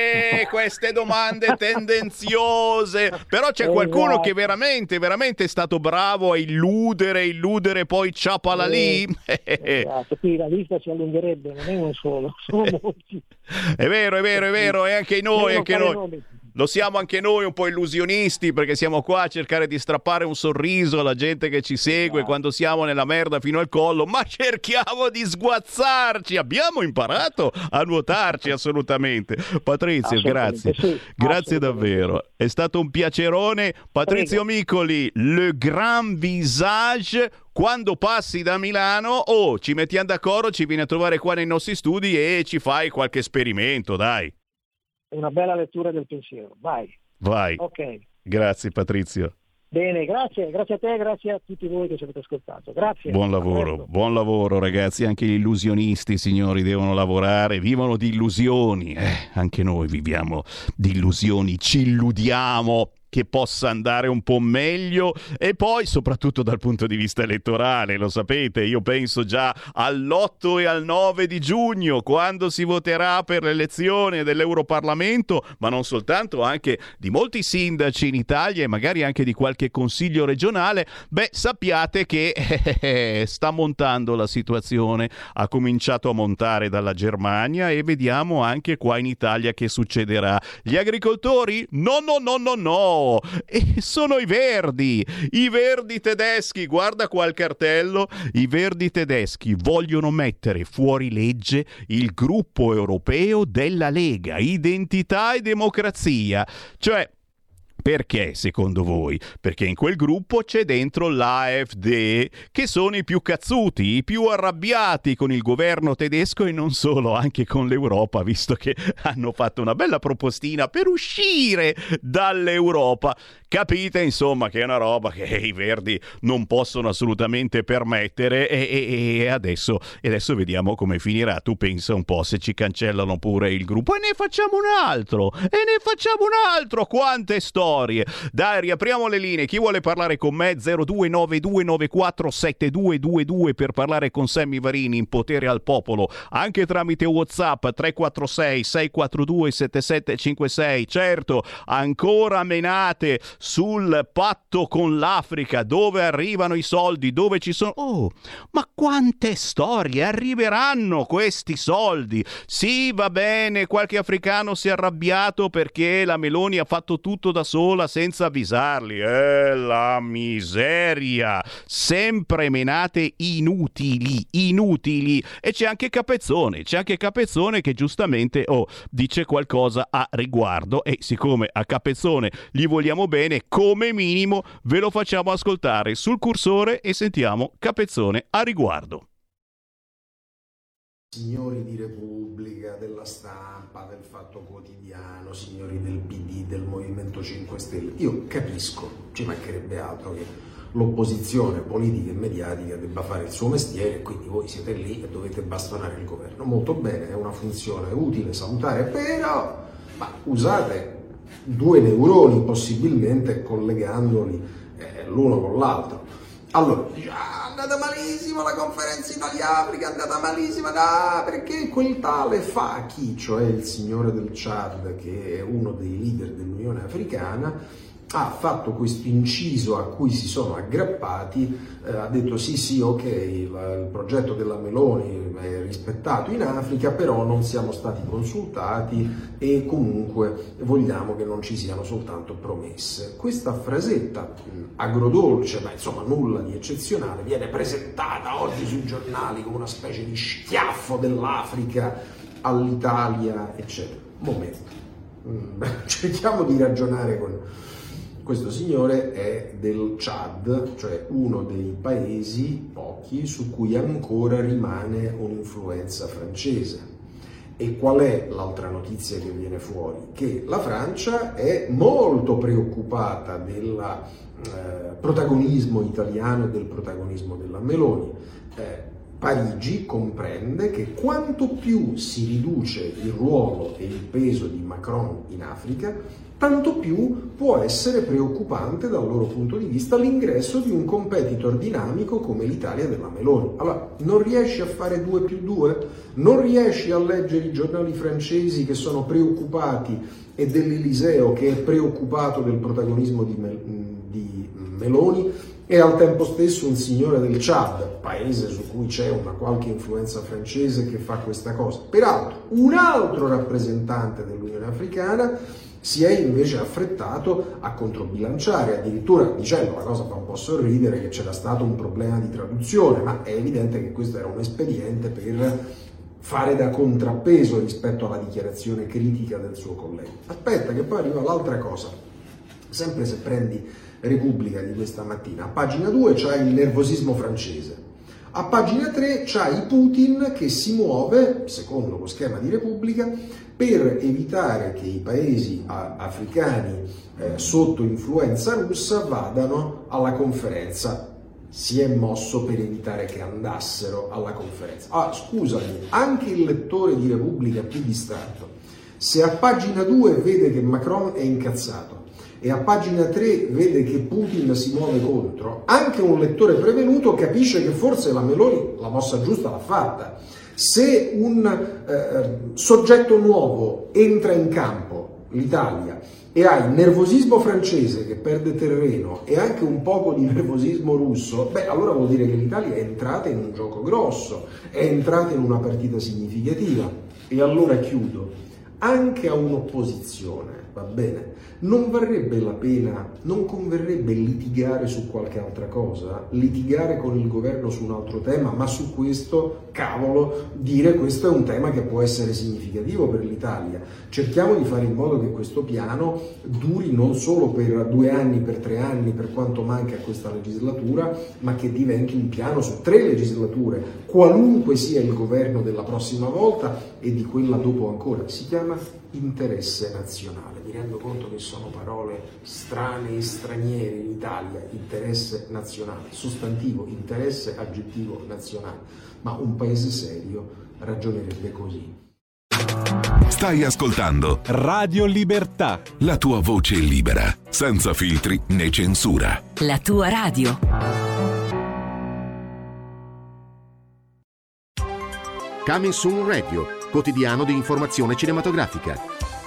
E queste domande tendenziose, però c'è qualcuno che veramente veramente è stato bravo a illudere illudere poi ciapala lì. Esatto, qui la lista si allungherebbe, non è uno solo, sono molti. È vero, è vero, è vero, e anche noi, anche noi. Lo siamo anche noi un po' illusionisti, perché siamo qua a cercare di strappare un sorriso alla gente che ci segue no. quando siamo nella merda fino al collo, ma cerchiamo di sguazzarci. Abbiamo imparato a nuotarci assolutamente. Patrizio, grazie. Sì, grazie davvero. È stato un piacerone. Patrizio Prego. Miccoli, Le Grand Visage. Quando passi da Milano, oh, ci mettiamo d'accordo, ci vieni a trovare qua nei nostri studi e ci fai qualche esperimento, dai. Una bella lettura del pensiero, vai. Vai. Ok. Grazie Patrizio. Bene, grazie, grazie a te, grazie a tutti voi che ci avete ascoltato. Grazie. Buon lavoro, buon lavoro ragazzi, anche gli illusionisti, signori, devono lavorare, vivono di illusioni. Eh, anche noi viviamo di illusioni, ci illudiamo che possa andare un po' meglio, e poi soprattutto dal punto di vista elettorale, lo sapete, io penso già all'otto e al nove di giugno, quando si voterà per l'elezione dell'Europarlamento, ma non soltanto, anche di molti sindaci in Italia e magari anche di qualche consiglio regionale. Beh, sappiate che eh, sta montando la situazione, ha cominciato a montare dalla Germania e vediamo anche qua in Italia che succederà. Gli agricoltori? No, no, no, no, no! E sono i verdi, i verdi tedeschi, guarda qua il cartello, i verdi tedeschi vogliono mettere fuori legge il gruppo europeo della Lega, Identità e Democrazia, cioè Perché, secondo voi? Perché in quel gruppo c'è dentro l'A F D, che sono i più cazzuti, i più arrabbiati con il governo tedesco e non solo, anche con l'Europa, visto che hanno fatto una bella propostina per uscire dall'Europa. Capite, insomma, che è una roba che i Verdi non possono assolutamente permettere e, e, e, adesso, e adesso vediamo come finirà. Tu pensa un po' se ci cancellano pure il gruppo e ne facciamo un altro, e ne facciamo un altro, quante storie. Dai, riapriamo le linee, chi vuole parlare con me? zero due nove due nove quattro sette due due due per parlare con Sammy Varini in Potere al Popolo, anche tramite WhatsApp tre quattro sei sei quattro due sette sette cinque sei. Certo, ancora menate sul patto con l'Africa, dove arrivano i soldi, dove ci sono... Oh, ma quante storie, arriveranno questi soldi. Sì, va bene, qualche africano si è arrabbiato perché la Meloni ha fatto tutto da sola senza avvisarli. Eh, la miseria, sempre menate inutili, inutili. E c'è anche Capezzone, c'è anche Capezzone che giustamente oh, dice qualcosa a riguardo, e siccome a Capezzone gli vogliamo bene, come minimo ve lo facciamo ascoltare sul cursore e sentiamo Capezzone a riguardo. Signori di Repubblica, della Stampa, del Fatto Quotidiano, signori del P D, del Movimento cinque Stelle, io capisco, ci mancherebbe altro che l'opposizione politica e mediatica debba fare il suo mestiere, quindi voi siete lì e dovete bastonare il governo. Molto bene, è una funzione utile, salutare, però ma usate due neuroni possibilmente collegandoli eh, l'uno con l'altro. Allora, dice, ah, è andata malissimo la conferenza Italia-Africa, è andata malissima, ah, perché quel tale Faki, cioè il signore del Chad, che è uno dei leader dell'Unione Africana, ha fatto questo inciso a cui si sono aggrappati, eh, ha detto sì sì ok, il, il progetto della Meloni è rispettato in Africa, però non siamo stati consultati e comunque vogliamo che non ci siano soltanto promesse. Questa frasetta mh, agrodolce, ma insomma nulla di eccezionale, viene presentata oggi sui giornali come una specie di schiaffo dell'Africa all'Italia, eccetera. Momento, mm, cerchiamo di ragionare con... Questo signore è del Chad, cioè uno dei paesi, pochi, su cui ancora rimane un'influenza francese. E qual è l'altra notizia che viene fuori? Che la Francia è molto preoccupata del eh, protagonismo italiano e del protagonismo della Meloni. Eh, Parigi comprende che quanto più si riduce il ruolo e il peso di Macron in Africa, tanto più può essere preoccupante dal loro punto di vista l'ingresso di un competitor dinamico come l'Italia della Meloni. Allora, non riesci a fare due più due? Non riesci a leggere i giornali francesi che sono preoccupati e dell'Eliseo che è preoccupato del protagonismo di, Mel- di Meloni, e al tempo stesso un signore del Chad, paese su cui c'è una qualche influenza francese, che fa questa cosa. Peraltro, un altro rappresentante dell'Unione Africana si è invece affrettato a controbilanciare, addirittura dicendo, la cosa fa un po' sorridere, che c'era stato un problema di traduzione, ma è evidente che questo era un espediente per fare da contrappeso rispetto alla dichiarazione critica del suo collega. Aspetta che poi arriva l'altra cosa, sempre se prendi Repubblica di questa mattina, a pagina due c'è il nervosismo francese, a pagina tre c'è Putin che si muove, secondo lo schema di Repubblica, per evitare che i paesi africani eh, sotto influenza russa vadano alla conferenza. Si è mosso per evitare che andassero alla conferenza. Ah, scusami, anche il lettore di Repubblica più distratto, se a pagina due vede che Macron è incazzato e a pagina tre vede che Putin si muove contro, anche un lettore prevenuto capisce che forse la Meloni la mossa giusta l'ha fatta. Se un eh, soggetto nuovo entra in campo, l'Italia, e hai il nervosismo francese che perde terreno e anche un poco di nervosismo russo, beh, allora vuol dire che l'Italia è entrata in un gioco grosso, è entrata in una partita significativa. E allora chiudo, anche a un'opposizione va bene. Non varrebbe la pena, non converrebbe litigare su qualche altra cosa, litigare con il governo su un altro tema, ma su questo, cavolo, dire questo è un tema che può essere significativo per l'Italia. Cerchiamo di fare in modo che questo piano duri non solo per due anni, per tre anni, per quanto manca a questa legislatura, ma che diventi un piano su tre legislature, qualunque sia il governo della prossima volta e di quella dopo ancora. Si chiama interesse nazionale. Mi rendo conto che sono parole strane e straniere in Italia, interesse nazionale, sostantivo, interesse, aggettivo, nazionale, ma un paese serio ragionerebbe così. Stai ascoltando Radio Libertà, la tua voce libera, senza filtri né censura. La tua radio. Coming Soon Radio, quotidiano di informazione cinematografica.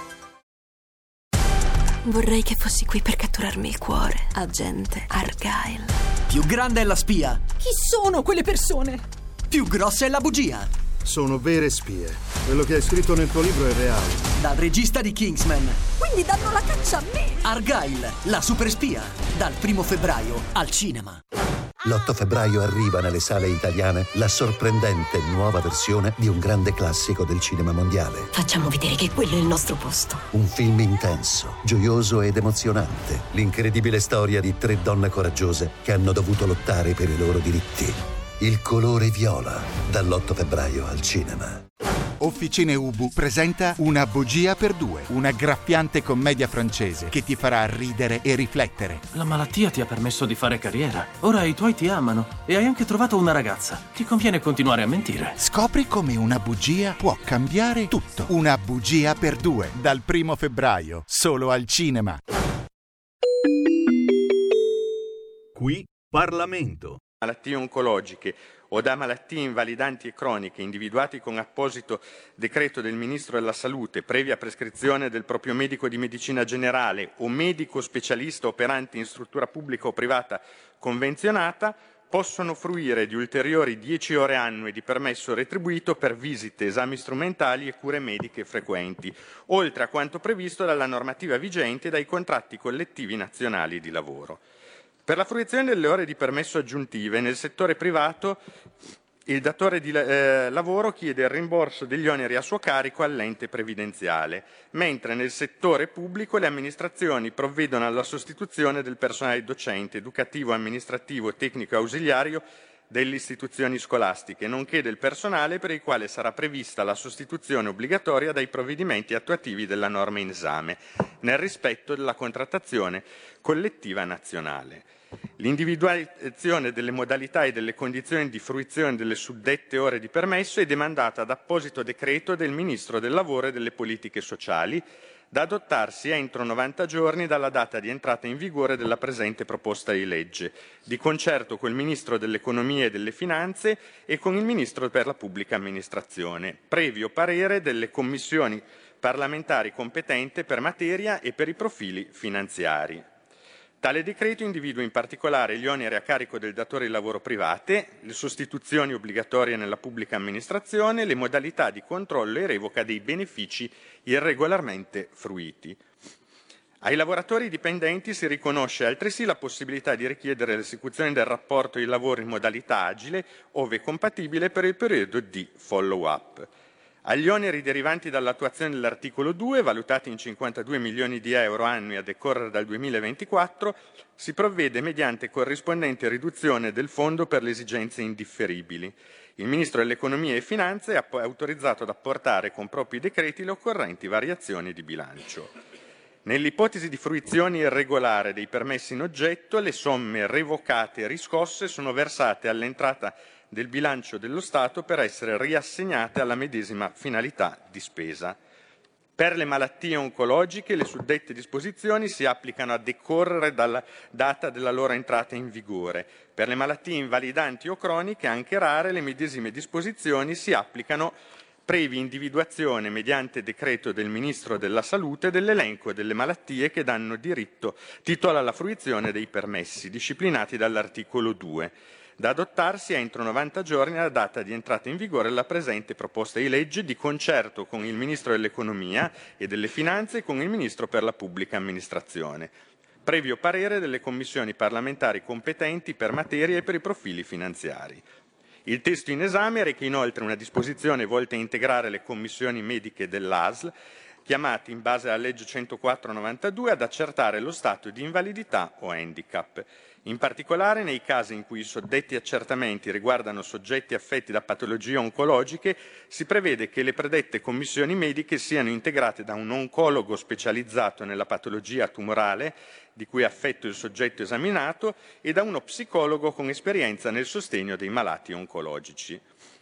Vorrei che fossi qui per catturarmi il cuore, agente Argyle. Più grande è la spia. Chi sono quelle persone? Più grossa è la bugia. Sono vere spie. Quello che hai scritto nel tuo libro è reale. Dal regista di Kingsman. Quindi danno la caccia a me. Argyle, la super spia. Dal primo febbraio al cinema. L'otto febbraio arriva nelle sale italiane la sorprendente nuova versione di un grande classico del cinema mondiale. Facciamo vedere che quello è il nostro posto. Un film intenso, gioioso ed emozionante. L'incredibile storia di tre donne coraggiose che hanno dovuto lottare per i loro diritti. Il colore viola, dall'otto febbraio al cinema. Officine Ubu presenta Una bugia per due, una graffiante commedia francese che ti farà ridere e riflettere. La malattia ti ha permesso di fare carriera. Ora i tuoi ti amano e hai anche trovato una ragazza. Ti conviene continuare a mentire. Scopri come una bugia può cambiare tutto. Una bugia per due, dal primo febbraio, solo al cinema. Qui Parlamento. Malattie oncologiche o da malattie invalidanti e croniche individuati con apposito decreto del Ministro della Salute, previa prescrizione del proprio medico di medicina generale o medico specialista operante in struttura pubblica o privata convenzionata, possono fruire di ulteriori dieci ore annue di permesso retribuito per visite, esami strumentali e cure mediche frequenti, oltre a quanto previsto dalla normativa vigente e dai contratti collettivi nazionali di lavoro. Per la fruizione delle ore di permesso aggiuntive nel settore privato, il datore di eh, lavoro chiede il rimborso degli oneri a suo carico all'ente previdenziale, mentre nel settore pubblico le amministrazioni provvedono alla sostituzione del personale docente, educativo, amministrativo, tecnico e ausiliario delle istituzioni scolastiche, nonché del personale per il quale sarà prevista la sostituzione obbligatoria dai provvedimenti attuativi della norma in esame, nel rispetto della contrattazione collettiva nazionale. L'individuazione delle modalità e delle condizioni di fruizione delle suddette ore di permesso è demandata ad apposito decreto del Ministro del Lavoro e delle Politiche Sociali, da adottarsi entro novanta giorni dalla data di entrata in vigore della presente proposta di legge, di concerto col Ministro dell'Economia e delle Finanze e con il Ministro per la Pubblica Amministrazione, previo parere delle commissioni parlamentari competenti per materia e per i profili finanziari. Tale decreto individua in particolare gli oneri a carico del datore di lavoro private, le sostituzioni obbligatorie nella pubblica amministrazione, le modalità di controllo e revoca dei benefici irregolarmente fruiti. Ai lavoratori dipendenti si riconosce altresì la possibilità di richiedere l'esecuzione del rapporto di lavoro in modalità agile, ove compatibile per il periodo di follow-up. Agli oneri derivanti dall'attuazione dell'articolo due, valutati in cinquantadue milioni di euro annui a decorrere dal duemilaventiquattro, si provvede mediante corrispondente riduzione del fondo per le esigenze indifferibili. Il Ministro dell'Economia e Finanze è autorizzato ad apportare con propri decreti le occorrenti variazioni di bilancio. Nell'ipotesi di fruizione irregolare dei permessi in oggetto, le somme revocate e riscosse sono versate all'entrata del bilancio dello Stato per essere riassegnate alla medesima finalità di spesa. Per le malattie oncologiche le suddette disposizioni si applicano a decorrere dalla data della loro entrata in vigore. Per le malattie invalidanti o croniche, anche rare, le medesime disposizioni si applicano previ individuazione mediante decreto del Ministro della Salute dell'elenco delle malattie che danno diritto, titolo alla fruizione dei permessi, disciplinati dall'articolo due. da adottarsi entro novanta giorni dalla data di entrata in vigore della presente proposta di legge, di concerto con il Ministro dell'Economia e delle Finanze e con il Ministro per la Pubblica Amministrazione, previo parere delle commissioni parlamentari competenti per materia e per i profili finanziari. Il testo in esame reca inoltre una disposizione volta a integrare le commissioni mediche dell'A S L, chiamati in base alla legge centoquattro novantadue ad accertare lo stato di invalidità o handicap. In particolare, nei casi in cui i suddetti accertamenti riguardano soggetti affetti da patologie oncologiche, si prevede che le predette commissioni mediche siano integrate da un oncologo specializzato nella patologia tumorale di cui è affetto il soggetto esaminato e da uno psicologo con esperienza nel sostegno dei malati oncologici.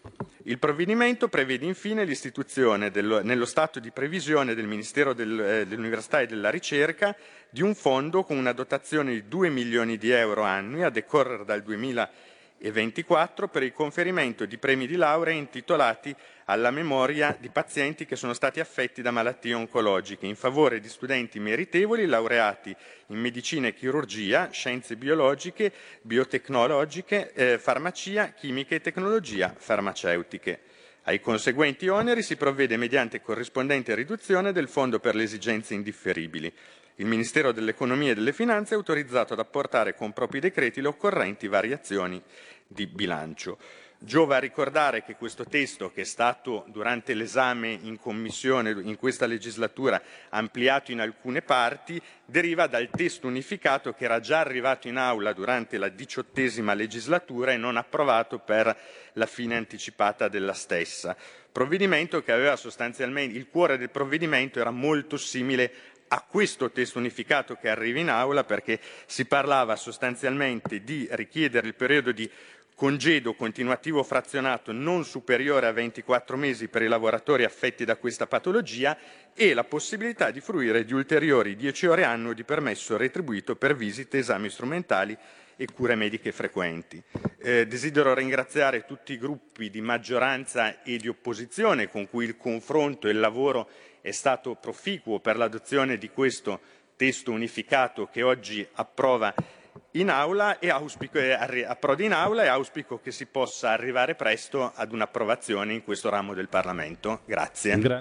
Il provvedimento prevede infine l'istituzione dello, nello stato di previsione del Ministero del, eh, dell'Università e della Ricerca di un fondo con una dotazione di due milioni di euro annui a decorrere dal duemilaventiquattro per il conferimento di premi di laurea intitolati alla memoria di pazienti che sono stati affetti da malattie oncologiche in favore di studenti meritevoli laureati in medicina e chirurgia, scienze biologiche, biotecnologiche, eh, farmacia, chimica e tecnologia farmaceutiche. Ai conseguenti oneri si provvede mediante corrispondente riduzione del Fondo per le esigenze indifferibili. Il Ministero dell'Economia e delle Finanze è autorizzato ad apportare con propri decreti le occorrenti variazioni di bilancio. Giova ricordare che questo testo, che è stato durante l'esame in commissione in questa legislatura ampliato in alcune parti, deriva dal testo unificato che era già arrivato in aula durante la diciottesima legislatura e non approvato per la fine anticipata della stessa. Provvedimento che aveva sostanzialmente, il cuore del provvedimento era molto simile a questo testo unificato che arriva in aula, perché si parlava sostanzialmente di richiedere il periodo di congedo continuativo frazionato non superiore a ventiquattro mesi per i lavoratori affetti da questa patologia e la possibilità di fruire di ulteriori dieci ore annue di permesso retribuito per visite, esami strumentali e cure mediche frequenti. Eh, desidero ringraziare tutti i gruppi di maggioranza e di opposizione con cui il confronto e il lavoro è stato proficuo per l'adozione di questo testo unificato che oggi approva in aula e auspico, eh, approda in aula e auspico che si possa arrivare presto ad un'approvazione in questo ramo del Parlamento. Grazie. Gra-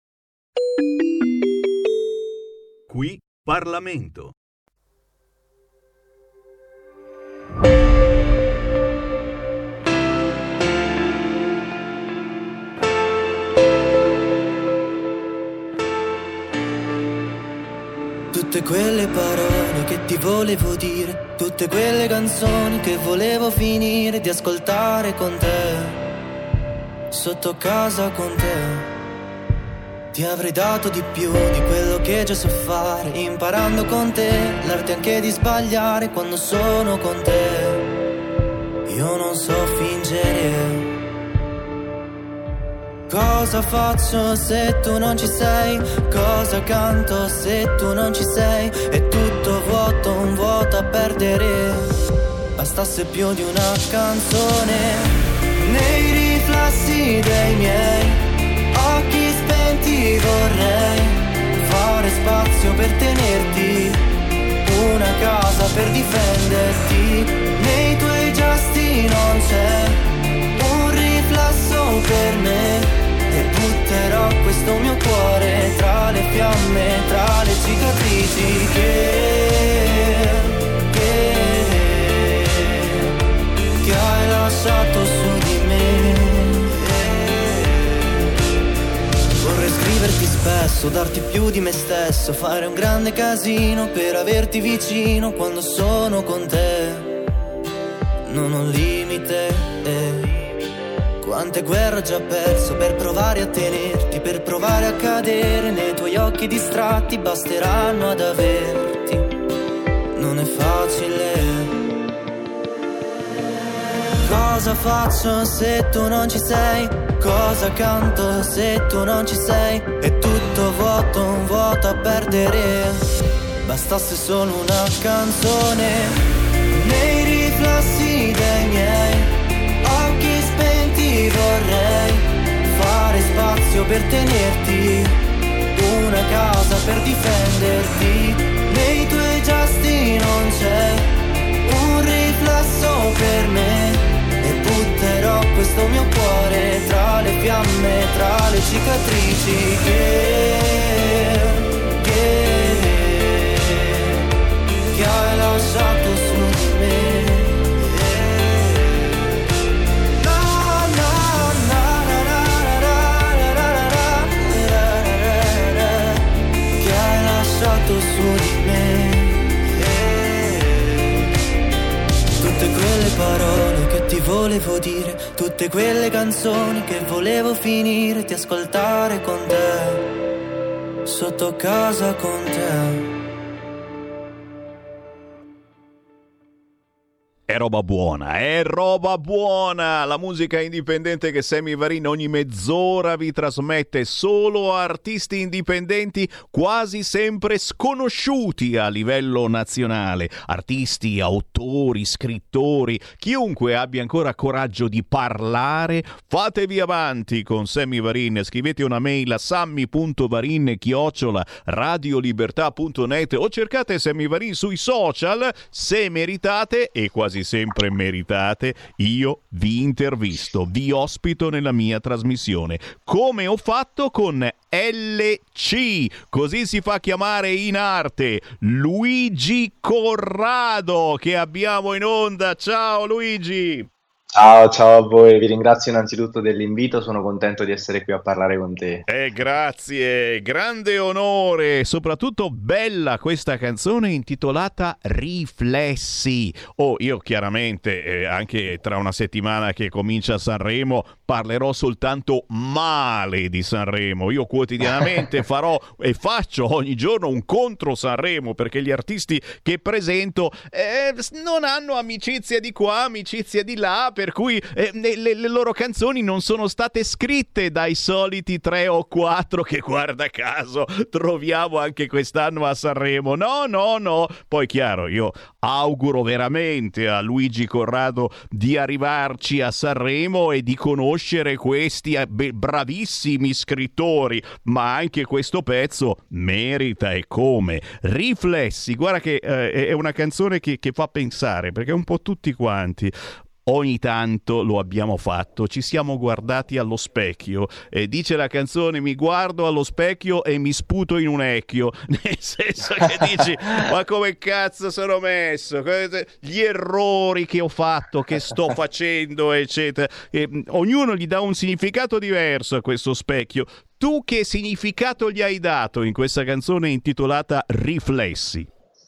Qui Parlamento. Tutte quelle parole che ti volevo dire, tutte quelle canzoni che volevo finire di ascoltare con te, sotto casa con te. Ti avrei dato di più di quello che già so fare, imparando con te l'arte anche di sbagliare quando sono con te. Io non so fingere. Cosa faccio se tu non ci sei? Cosa canto se tu non ci sei? È tutto vuoto, un vuoto a perdere. Bastasse più di una canzone nei riflessi dei miei occhi spenti. Vorrei fare spazio per tenerti, una casa per difenderti. Nei tuoi gesti non c'è un riflesso per me, e butterò questo mio cuore tra le fiamme, tra le cicatrici che, che, che hai lasciato su di me. Vorrei scriverti spesso, darti più di me stesso, fare un grande casino per averti vicino quando sono con te. Non ho limite, eh. Quante guerre ho già perso per provare a tenerti, per provare a cadere nei tuoi occhi distratti, basteranno ad averti. Non è facile. Cosa faccio se tu non ci sei? Cosa canto se tu non ci sei? È tutto vuoto, un vuoto a perdere. Bastasse solo una canzone nei riflessi dei miei occhi spenti. Vorrei fare spazio per tenerti, una casa per difenderti. Nei tuoi gesti non c'è un riflesso per me, cicatrici che, che, che hai lasciato su di me. No, no, no, no, no, che hai lasciato su di me. Tutte quelle parole che ti volevo dire, tutte quelle canzoni che volevo finire di ascoltare con te, sotto casa con te. È roba buona, è roba buona! La musica indipendente che Sammy Varin ogni mezz'ora vi trasmette, solo artisti indipendenti quasi sempre sconosciuti a livello nazionale. Artisti, autori, scrittori, chiunque abbia ancora coraggio di parlare, fatevi avanti con Sammy Varin. Scrivete una mail a sammy punto varin chiocciola radiolibertà punto net o cercate Sammy Varin sui social. Se meritate, e quasi sempre meritate, io vi intervisto, vi ospito nella mia trasmissione, come ho fatto con L C, così si fa chiamare in arte, Luigi Corrado, che abbiamo in onda. Ciao Luigi! Ciao, ciao a voi, vi ringrazio innanzitutto dell'invito, sono contento di essere qui a parlare con te. Eh, grazie, grande onore, soprattutto bella questa canzone intitolata Riflessi. Oh, io chiaramente, eh, anche tra una settimana che comincia Sanremo, parlerò soltanto male di Sanremo. Io quotidianamente farò e faccio ogni giorno un contro Sanremo, perché gli artisti che presento eh, non hanno amicizia di qua, amicizia di là, per cui eh, le, le loro canzoni non sono state scritte dai soliti tre o quattro che, guarda caso, troviamo anche quest'anno a Sanremo. No, no, no. Poi chiaro, io auguro veramente a Luigi Corrado di arrivarci a Sanremo e di conoscere questi bravissimi scrittori, ma anche questo pezzo merita, e come. Riflessi, guarda che eh, è una canzone che, che fa pensare, perché un po' tutti quanti ogni tanto lo abbiamo fatto, ci siamo guardati allo specchio e dice la canzone: mi guardo allo specchio e mi sputo in un ecchio, nel senso che dici ma come cazzo sono messo, gli errori che ho fatto, che sto facendo, eccetera. E ognuno gli dà un significato diverso a questo specchio. Tu che significato gli hai dato in questa canzone intitolata Riflessi?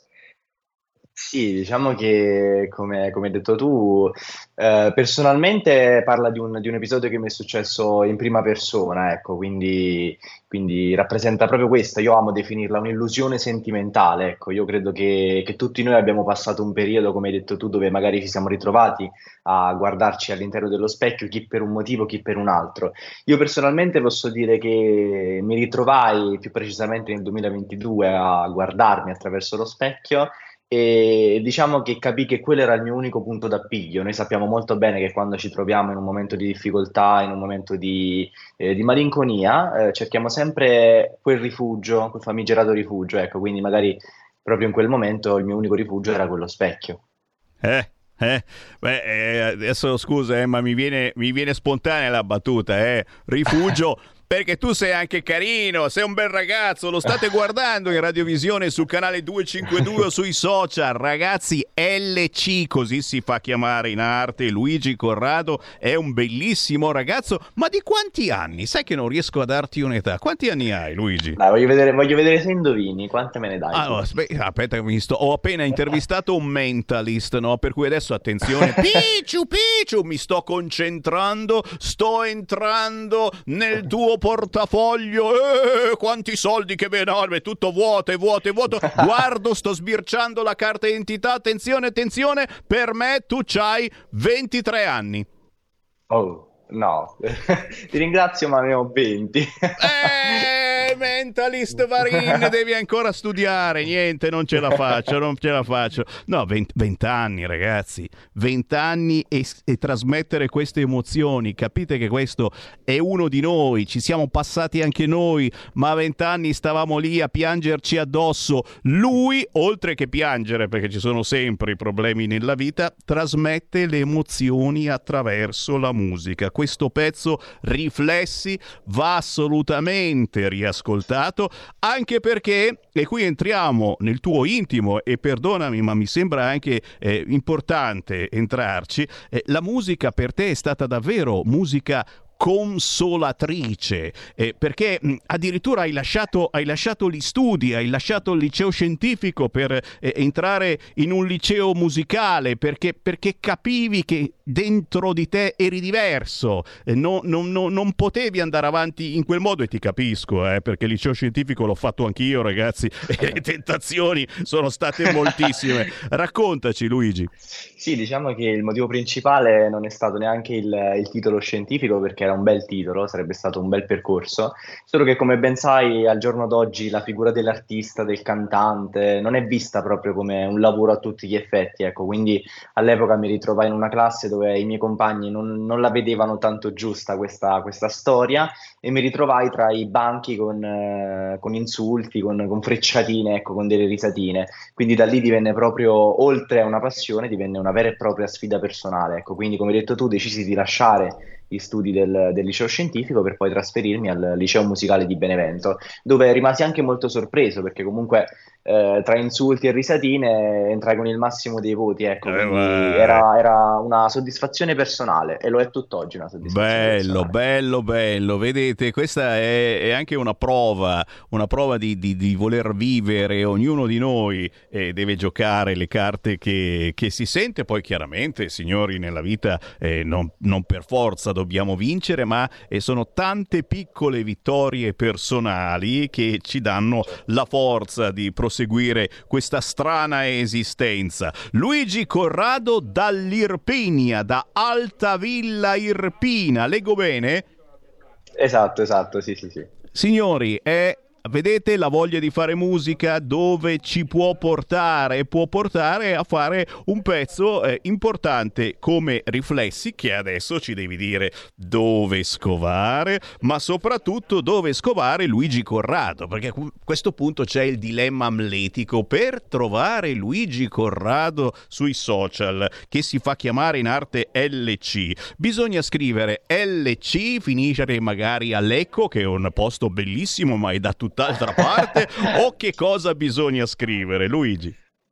Sì, diciamo che, come, come hai detto tu, eh, personalmente parla di un, di un episodio che mi è successo in prima persona, ecco, quindi, quindi rappresenta proprio questa. Io amo definirla un'illusione sentimentale, ecco. Io credo che, che tutti noi abbiamo passato un periodo, come hai detto tu, dove magari ci siamo ritrovati a guardarci all'interno dello specchio, chi per un motivo, chi per un altro. Io personalmente posso dire che mi ritrovai più precisamente nel duemilaventidue a guardarmi attraverso lo specchio, e diciamo che capì che quello era il mio unico punto d'appiglio. Noi sappiamo molto bene che quando ci troviamo in un momento di difficoltà, in un momento di, eh, di malinconia, eh, cerchiamo sempre quel rifugio, quel famigerato rifugio, ecco, quindi magari proprio in quel momento il mio unico rifugio era quello specchio. Eh, eh, beh, eh, adesso scusa, eh, ma mi viene, mi viene spontanea la battuta, eh, rifugio... Perché tu sei anche carino, sei un bel ragazzo, lo state guardando in radiovisione sul canale duecentocinquantadue o sui social. Ragazzi, L C, così si fa chiamare in arte, Luigi Corrado è un bellissimo ragazzo. Ma di quanti anni? Sai che non riesco a darti un'età. Quanti anni hai, Luigi? Dai, voglio vedere, voglio vedere se indovini, quante me ne dai? Allora, aspetta, aspetta, mi sto, ho appena intervistato un mentalist, no? Per cui adesso attenzione, Picciu, Picciu, mi sto concentrando, sto entrando nel tuo portafoglio, eh, quanti soldi che ben enorme, tutto vuoto e vuoto e vuoto. Guardo, sto sbirciando la carta d'identità. Attenzione, attenzione, per me tu c'hai ventitré anni. Oh, no, ti ringrazio, ma ne ho venti. Eh, Eh, mentalist Varin, devi ancora studiare. Niente, non ce la faccio, non ce la faccio. No, vent'anni, ragazzi, vent'anni e, e trasmettere queste emozioni. Capite che questo è uno di noi, ci siamo passati anche noi, ma a vent'anni stavamo lì a piangerci addosso. Lui, oltre che piangere, perché ci sono sempre i problemi nella vita, trasmette le emozioni attraverso la musica. Questo pezzo, Riflessi, va assolutamente riascoltato, anche perché, e qui entriamo nel tuo intimo, e perdonami ma mi sembra anche eh, importante entrarci, eh, la musica per te è stata davvero musica consolatrice, eh, perché mh, addirittura hai lasciato, hai lasciato gli studi, hai lasciato il liceo scientifico per eh, entrare in un liceo musicale, perché, perché capivi che dentro di te eri diverso, eh, no, no, no, non potevi andare avanti in quel modo, e ti capisco, eh, perché il liceo scientifico l'ho fatto anch'io, ragazzi, e le tentazioni sono state moltissime. Raccontaci, Luigi. Sì, diciamo che il motivo principale non è stato neanche il, il titolo scientifico, perché era un bel titolo, sarebbe stato un bel percorso, solo che, come ben sai, al giorno d'oggi la figura dell'artista, del cantante, non è vista proprio come un lavoro a tutti gli effetti, ecco, quindi all'epoca mi ritrovai in una classe dove i miei compagni non, non la vedevano tanto giusta questa, questa storia, e mi ritrovai tra i banchi con, eh, con insulti, con, con frecciatine, ecco, con delle risatine, quindi da lì divenne proprio, oltre a una passione, divenne una vera e propria sfida personale, ecco, quindi, come hai detto tu, decisi di lasciare gli studi del, del liceo scientifico per poi trasferirmi al liceo musicale di Benevento, dove rimasi anche molto sorpreso, perché comunque eh, tra insulti e risatine entrai con il massimo dei voti, ecco, eh, era, era una soddisfazione personale, e lo è tutt'oggi una soddisfazione bello, personale. bello, bello, vedete, questa è, è anche una prova, una prova di, di, di voler vivere. Ognuno di noi eh, deve giocare le carte che, che si sente. Poi chiaramente, signori, nella vita eh, non, non per forza dobbiamo vincere, ma eh, sono tante piccole vittorie personali che ci danno la forza di proseguire questa strana esistenza. Luigi Corrado dall'Irpinia, da Altavilla Irpina, leggo bene? Esatto, esatto, sì, sì, sì. Signori, è... vedete la voglia di fare musica dove ci può portare? Può portare a fare un pezzo eh, importante come Riflessi, che adesso ci devi dire dove scovare, ma soprattutto dove scovare Luigi Corrado, perché a questo punto c'è il dilemma amletico. Per trovare Luigi Corrado sui social, che si fa chiamare in arte L C, bisogna scrivere L C, finire magari a Lecco, che è un posto bellissimo ma è da tutt'altra parte, o che cosa bisogna scrivere, Luigi?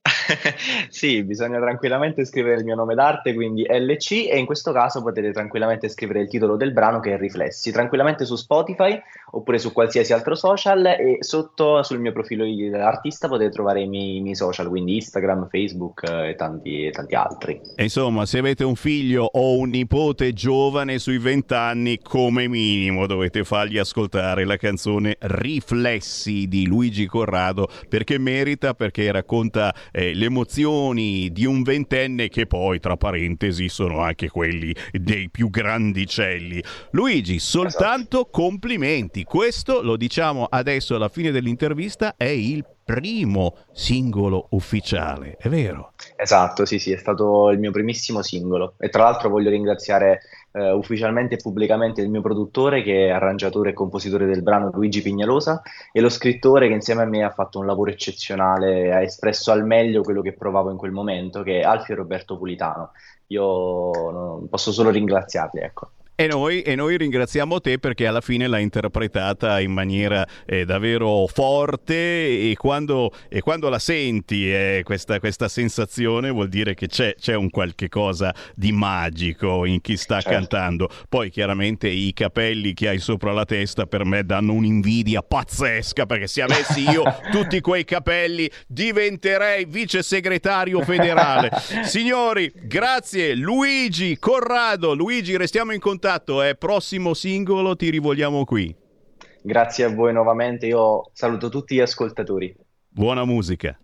Sì, bisogna tranquillamente scrivere il mio nome d'arte, quindi L C, e in questo caso potete tranquillamente scrivere il titolo del brano, che è Riflessi, tranquillamente su Spotify oppure su qualsiasi altro social, e sotto sul mio profilo dell'artista potete trovare i miei, i miei social, quindi Instagram, Facebook eh, e tanti, tanti altri. E insomma, se avete un figlio o un nipote giovane sui vent'anni, come minimo dovete fargli ascoltare la canzone Riflessi di Luigi Corrado, perché merita, perché racconta eh, le emozioni di un ventenne, che poi, tra parentesi, sono anche quelli dei più grandicelli. Luigi, soltanto esatto. Complimenti. Questo, lo diciamo adesso alla fine dell'intervista, è il primo singolo ufficiale, è vero? Esatto, sì, sì, è stato il mio primissimo singolo, e tra l'altro voglio ringraziare eh, ufficialmente e pubblicamente il mio produttore, che è arrangiatore e compositore del brano, Luigi Pignalosa, e lo scrittore, che insieme a me ha fatto un lavoro eccezionale, ha espresso al meglio quello che provavo in quel momento, che è Alfio Roberto Pulitano. Io non posso solo ringraziarli, ecco. E noi, e noi ringraziamo te, perché alla fine l'ha interpretata in maniera eh, davvero forte, e quando, e quando la senti eh, questa, questa sensazione vuol dire che c'è, c'è un qualche cosa di magico in chi sta certo. cantando. Poi chiaramente i capelli che hai sopra la testa per me danno un'invidia pazzesca, perché se avessi io tutti quei capelli diventerei vice segretario federale. Signori, grazie Luigi Corrado. Luigi, restiamo in contatto. È prossimo singolo, ti rivogliamo qui. Grazie a voi nuovamente, io saluto tutti gli ascoltatori. Buona musica.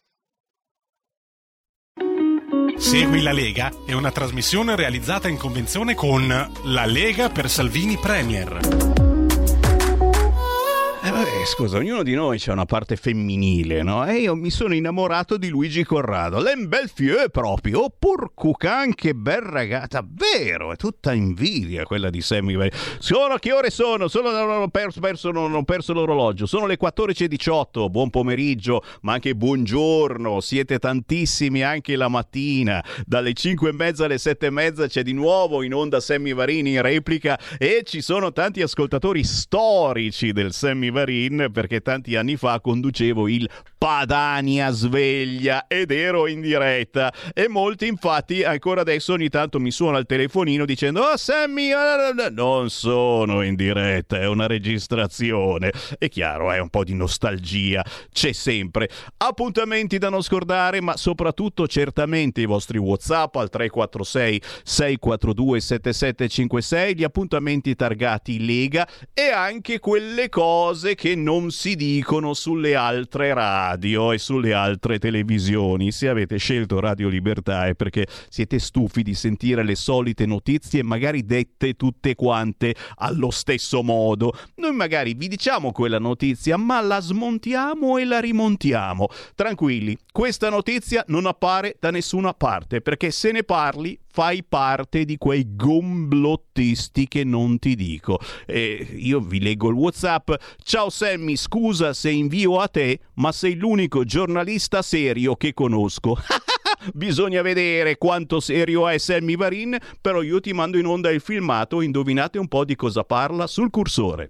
Segui la Lega è una trasmissione realizzata in convenzione con La Lega per Salvini Premier. Eh vabbè, Eh, scusa, ognuno di noi c'ha una parte femminile, no? E io mi sono innamorato di Luigi Corrado. L'un bel fieu proprio. Oh, porcucan, che bel ragazza. Vero, è tutta invidia quella di Sammy Varin. Sono, che ore sono? Sono, non ho perso, perso, non ho perso l'orologio. Sono le quattordici e diciotto. Buon pomeriggio, ma anche buongiorno. Siete tantissimi anche la mattina. Dalle cinque e mezza alle sette e mezza c'è di nuovo in onda Sammy Varin in replica e ci sono tanti ascoltatori storici del Sammy Varin, perché tanti anni fa conducevo il Padania Sveglia ed ero in diretta e molti infatti ancora adesso ogni tanto mi suona il telefonino dicendo oh Sammy, non sono in diretta, è una registrazione. È chiaro, è un po' di nostalgia, c'è sempre. Appuntamenti da non scordare, ma soprattutto certamente i vostri WhatsApp al tre quattro sei sei quattro due sette sette cinque sei, gli appuntamenti targati Lega e anche quelle cose che non si dicono sulle altre radio e sulle altre televisioni. Se avete scelto Radio Libertà è perché siete stufi di sentire le solite notizie magari dette tutte quante allo stesso modo. Noi magari vi diciamo quella notizia ma la smontiamo e la rimontiamo. Tranquilli, questa notizia non appare da nessuna parte perché se ne parli fai parte di quei gomblottisti che non ti dico. E io vi leggo il WhatsApp. Ciao Sammy, scusa se invio a te, ma sei l'unico giornalista serio che conosco. Bisogna vedere quanto serio è Sammy Varin, però io ti mando in onda il filmato, indovinate un po' di cosa parla sul cursore.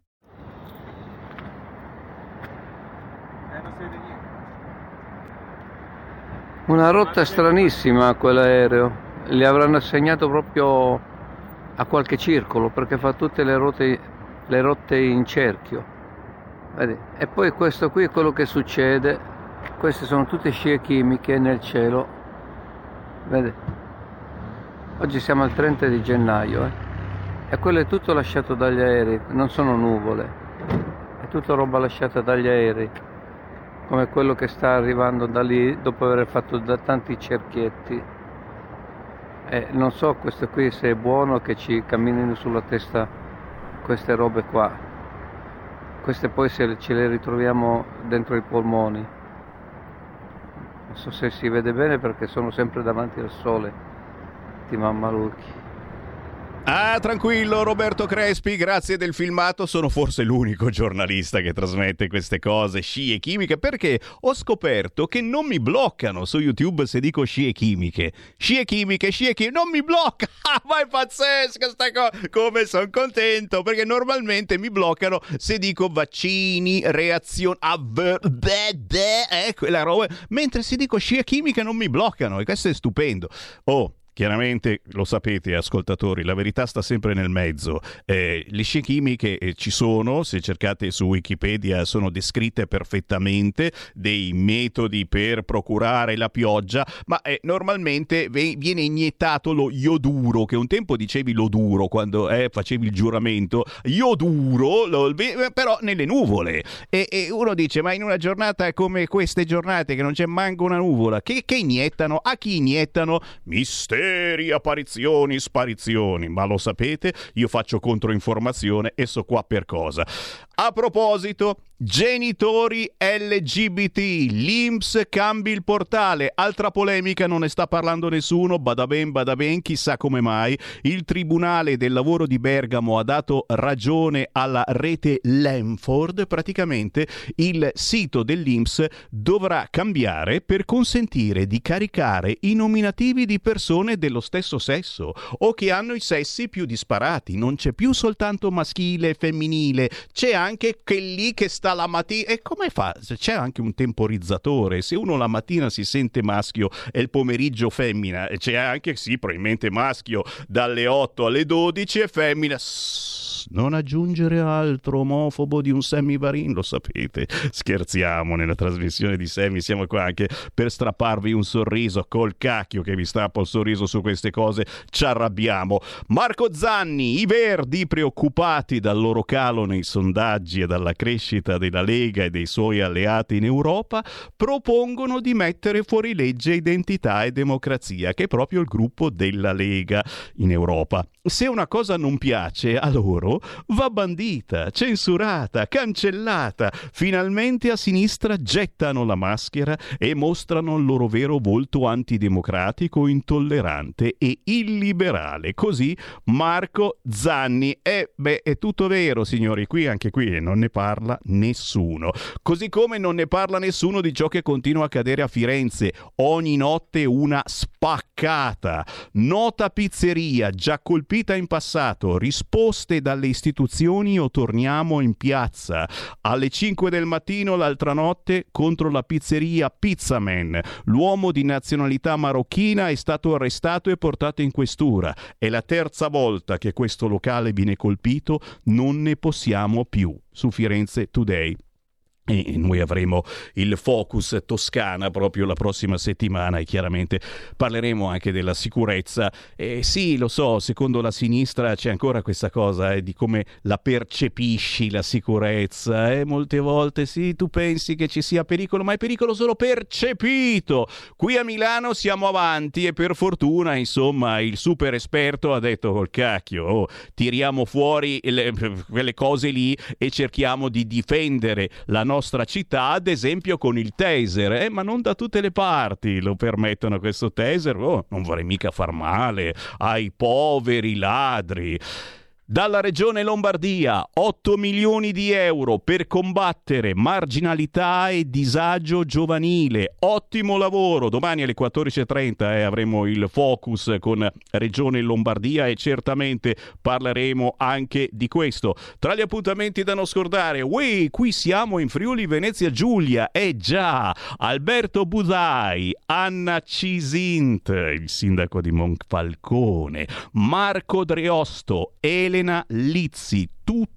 Una rotta stranissima quell'aereo. Li avranno assegnato proprio a qualche circolo perché fa tutte le rotte, le rotte in cerchio. Vedi? E poi questo qui è quello che succede. Queste sono tutte scie chimiche nel cielo. Vedi? Oggi siamo al trenta di gennaio eh? E quello è tutto lasciato dagli aerei, non sono nuvole, è tutta roba lasciata dagli aerei, come quello che sta arrivando da lì dopo aver fatto da tanti cerchietti. Eh, non so questo qui se è buono che ci camminino sulla testa queste robe qua. Queste poi se ce le ritroviamo dentro i polmoni. Non so se si vede bene perché sono sempre davanti al sole, ti mammalucchi. Ah, tranquillo Roberto Crespi, grazie del filmato, sono forse l'unico giornalista che trasmette queste cose, scie chimiche, perché ho scoperto che non mi bloccano su YouTube se dico scie chimiche. Scie chimiche, scie chimiche, non mi blocca! Ah, ma è pazzesca sta cosa! Come sono contento, perché normalmente mi bloccano se dico vaccini, reazioni, avver... beh, beh, eh, quella roba, mentre se dico scie chimiche non mi bloccano, e questo è stupendo. Oh, chiaramente lo sapete ascoltatori, la verità sta sempre nel mezzo. Eh, le scie chimiche eh, ci sono, se cercate su Wikipedia sono descritte perfettamente, dei metodi per procurare la pioggia, ma eh, normalmente v- viene iniettato lo ioduro, che un tempo dicevi l'oduro quando eh, facevi il giuramento, ioduro, lo, però nelle nuvole. E, e uno dice, ma in una giornata come queste giornate che non c'è manco una nuvola, che, che iniettano? A chi iniettano? Mistero. Apparizioni, sparizioni, ma lo sapete, io faccio controinformazione e so qua per cosa. A proposito, genitori L G B T, l'I N P S cambi il portale, altra polemica, non ne sta parlando nessuno, bada ben, bada ben, chissà come mai. Il Tribunale del Lavoro di Bergamo ha dato ragione alla rete Lemford, praticamente il sito dell'I N P S dovrà cambiare per consentire di caricare i nominativi di persone dello stesso sesso o che hanno i sessi più disparati, non c'è più soltanto maschile e femminile, c'è anche quelli che sta la mattina. E come fa? C'è anche un temporizzatore, se uno la mattina si sente maschio e il pomeriggio femmina, c'è anche sì probabilmente maschio dalle otto alle dodici e femmina. Non aggiungere altro omofobo di un Sammy Varin, lo sapete, scherziamo nella trasmissione di Sammy, siamo qua anche per strapparvi un sorriso, col cacchio che vi strappo il sorriso su queste cose, ci arrabbiamo. Marco Zanni, i Verdi preoccupati dal loro calo nei sondaggi e dalla crescita della Lega e dei suoi alleati in Europa, propongono di mettere fuori legge Identità e Democrazia, che è proprio il gruppo della Lega in Europa. Se una cosa non piace a loro, vero va bandita, censurata, cancellata. Finalmente a sinistra gettano la maschera e mostrano il loro vero volto antidemocratico, intollerante e illiberale. Così Marco Zanni. E beh, è tutto vero, signori, qui anche qui non ne parla nessuno. Così come non ne parla nessuno di ciò che continua a accadere a Firenze. Ogni notte una spaccata. Nota pizzeria, già colpita in passato. Risposte dalle istituzioni o torniamo in piazza. Alle cinque del mattino l'altra notte contro la pizzeria Pizzaman. L'uomo di nazionalità marocchina è stato arrestato e portato in questura. È la terza volta che questo locale viene colpito, non ne possiamo più. Su Firenze Today. E noi avremo il Focus Toscana proprio la prossima settimana e chiaramente parleremo anche della sicurezza. E sì, lo so, secondo la sinistra c'è ancora questa cosa eh, di come la percepisci la sicurezza. E eh, molte volte sì, tu pensi che ci sia pericolo, ma è pericolo solo percepito. Qui a Milano siamo avanti e per fortuna, insomma, il super esperto ha detto col cacchio, oh, tiriamo fuori le, quelle cose lì e cerchiamo di difendere la nostra nostra città, ad esempio con il taser, eh, ma non da tutte le parti lo permettono questo taser. Oh, non vorrei mica far male ai poveri ladri. Dalla regione Lombardia otto milioni di euro per combattere marginalità e disagio giovanile. Ottimo lavoro. Domani alle quattordici e trenta eh, avremo il Focus con regione Lombardia e certamente parleremo anche di questo. Tra gli appuntamenti da non scordare, uè, qui siamo in Friuli Venezia Giulia. Eh già, Alberto Budai, Anna Cisint, il sindaco di Monfalcone, Marco Dreosto, Elena Lizzi, tutto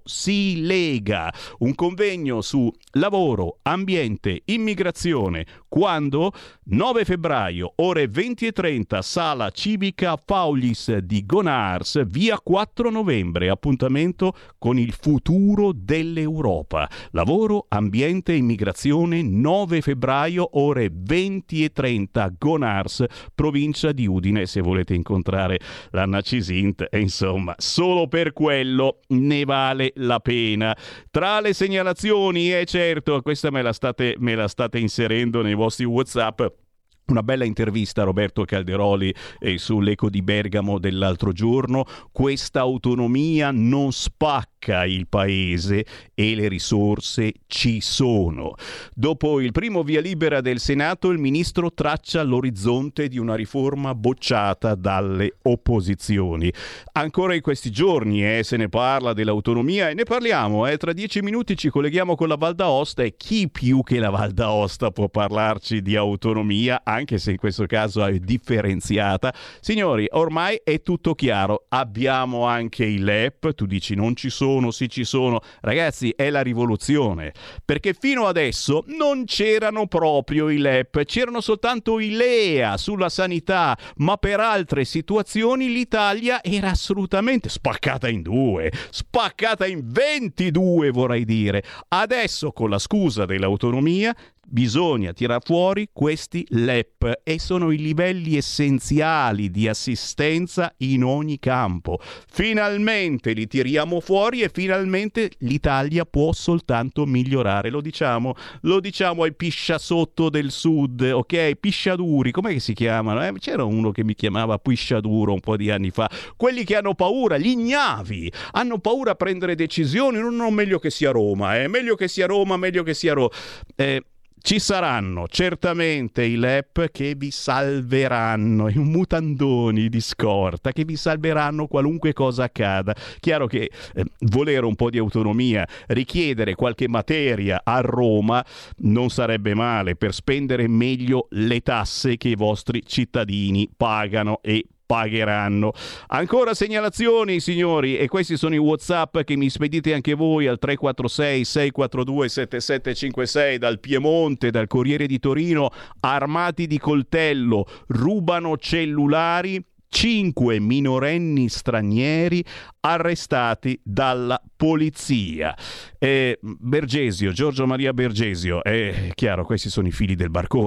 si lega. Un convegno su lavoro, ambiente, immigrazione. Quando? nove febbraio, ore venti e trenta, sala civica Paulis di Gonars, via quattro novembre. Appuntamento con il futuro dell'Europa. Lavoro, ambiente, immigrazione, nove febbraio, ore venti e trenta, Gonars, provincia di Udine. Se volete incontrare l'Anna Cisint, e insomma, solo per quello ne vale la pena. Tra le segnalazioni, e eh certo, questa me la state, me la state inserendo nei vostri WhatsApp. Una bella intervista a Roberto Calderoli eh, sull'Eco di Bergamo dell'altro giorno. Questa autonomia non spacca il paese e le risorse ci sono. Dopo il primo via libera del Senato, il ministro traccia l'orizzonte di una riforma bocciata dalle opposizioni. Ancora in questi giorni eh, se ne parla dell'autonomia e ne parliamo. Eh. Tra dieci minuti ci colleghiamo con la Val d'Aosta e chi più che la Val d'Aosta può parlarci di autonomia, anche se in questo caso è differenziata. Signori, ormai è tutto chiaro. Abbiamo anche i L E P. Tu dici non ci sono, sì ci sono. Ragazzi, è la rivoluzione. Perché fino adesso non c'erano proprio i L E P. C'erano soltanto i L E A sulla sanità. Ma per altre situazioni l'Italia era assolutamente spaccata in due. Spaccata in ventidue, vorrei dire. Adesso, con la scusa dell'autonomia, bisogna tirar fuori questi L E P e sono i livelli essenziali di assistenza in ogni campo. Finalmente li tiriamo fuori e finalmente l'Italia può soltanto migliorare. Lo diciamo, lo diciamo ai pisciasotto del sud, ok? Pisciaduri, com'è che si chiamano? Eh? C'era uno che mi chiamava pisciaduro un po' di anni fa. Quelli che hanno paura, gli ignavi, hanno paura a prendere decisioni. Non, non meglio che sia Roma, eh? Meglio che sia Roma, meglio che sia Roma. Eh, Ci saranno certamente i L E P che vi salveranno, i mutandoni di scorta che vi salveranno qualunque cosa accada. Chiaro che eh, volere un po' di autonomia, richiedere qualche materia a Roma non sarebbe male per spendere meglio le tasse che i vostri cittadini pagano e pagheranno. Ancora segnalazioni, signori, e questi sono i WhatsApp che mi spedite anche voi al tre quattro sei sei quattro due sette sette cinque sei dal Piemonte, dal Corriere di Torino. Armati di coltello, rubano cellulari. Cinque minorenni stranieri arrestati dalla polizia. Eh, Bergesio, Giorgio Maria Bergesio, è chiaro, questi sono i figli del barcone.